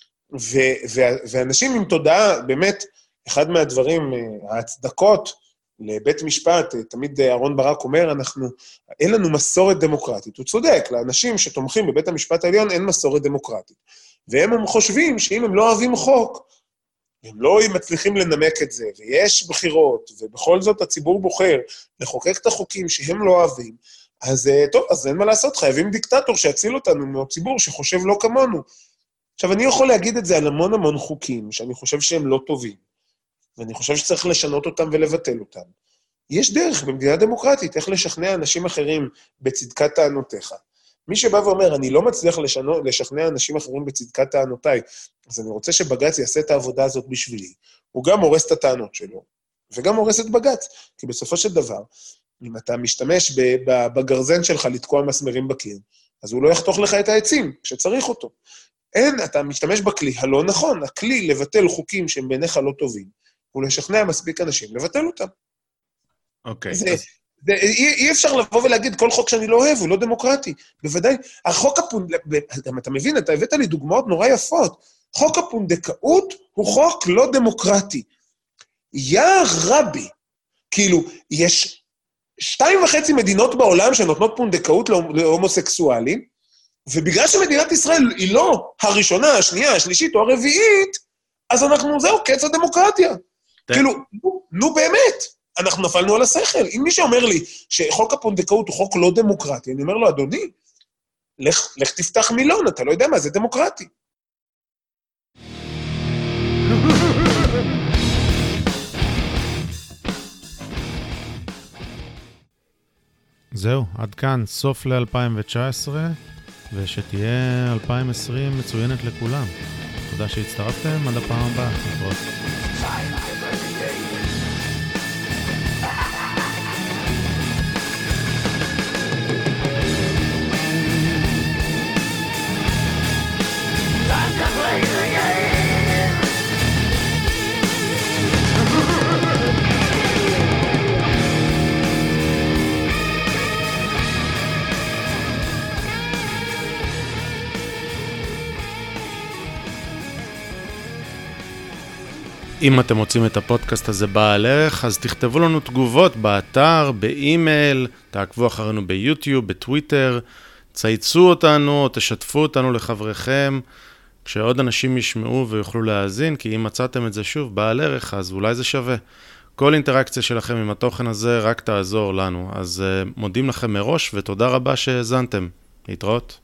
[SPEAKER 17] ואנשים עם תודעה, באמת, אחד מהדברים, ההצדקות, לבית משפט, תמיד אהרון ברק אומר, אנחנו, אין לנו מסורת דמוקרטית. הוא צודק, לאנשים שתומכים בבית המשפט העליון אין מסורת דמוקרטית. והם חושבים שאם הם לא אוהבים חוק, הם לא מצליחים לנמק את זה, ויש בחירות, ובכל זאת הציבור בוחר לחוקק את החוקים שהם לא אוהבים, אז טוב, אז אין מה לעשות, חייבים דיקטטור שיציל אותנו מהציבור שחושב לא כמונו. עכשיו, אני יכול להגיד את זה על המון המון חוקים, שאני חושב שהם לא טובים. ואני חושב שצריך לשנות אותם ולבטל אותם. יש דרך במדינה דמוקרטית, איך לשכנע אנשים אחרים בצדקת טענותיך. מי שבא ואומר, אני לא מצליח לשנו, לשכנע אנשים אחרים בצדקת טענותיי, אז אני רוצה שבג"ץ יעשה את העבודה הזאת בשבילי. הוא גם הורס את הטענות שלו, וגם הורס את בג"ץ. כי בסופו של דבר, אם אתה משתמש בגרזן שלך לתקוע מסמרים בקיר, אז הוא לא יחתוך לך את העצים, כשצריך אותו. אין, אתה משתמש בכלי הלא נכון, הכלי לבטל חוקים שהם בעיניך לא טובים, ולשכנע מספיק אנשים, לבטל אותם.
[SPEAKER 1] אוקיי.
[SPEAKER 17] זה, זה, אי, אי אפשר לבוא ולהגיד, כל חוק שאני לא אוהב, הוא לא דמוקרטי. בוודאי, החוק הפונדקאות, גם אתה מבין, אתה הבאת לי דוגמאות נורא יפות, חוק הפונדקאות הוא חוק לא דמוקרטי. יא רבי, כאילו, יש שתיים וחצי מדינות בעולם שנותנות פונדקאות להומוסקסואלים, ובגלל שמדינת ישראל היא לא הראשונה, השנייה, השלישית או הרביעית, אז אנחנו, זהו, קץ הדמוקרטיה. כאילו, נו באמת, אנחנו נפלנו על השכל. אם מי שאומר לי שחוק הפונדקאות הוא חוק לא דמוקרטי, אני אומר לו, אדוני, לך, לך תפתח מילון, אתה לא יודע מה, זה דמוקרטי.
[SPEAKER 1] זהו, עד כאן, סוף ל-אלפיים תשע עשרה, ושתהיה אלפיים עשרים מצוינת לכולם. תודה שהצטרפתם, עד הפעם הבאה. נתראות. אם אתם מוצאים את הפודקאסט הזה בעל ערך, אז תכתבו לנו תגובות באתר, באימייל, תעקבו אחרינו ביוטיוב, בטוויטר, צייצו אותנו, תשתפו אותנו לחבריכם, כשעוד אנשים ישמעו ויוכלו להאזין, כי אם מצאתם את זה שוב בעל ערך, אז אולי זה שווה. כל אינטראקציה שלכם עם התוכן הזה רק תעזור לנו, אז מודים לכם מראש ותודה רבה שהאזנתם. להתראות.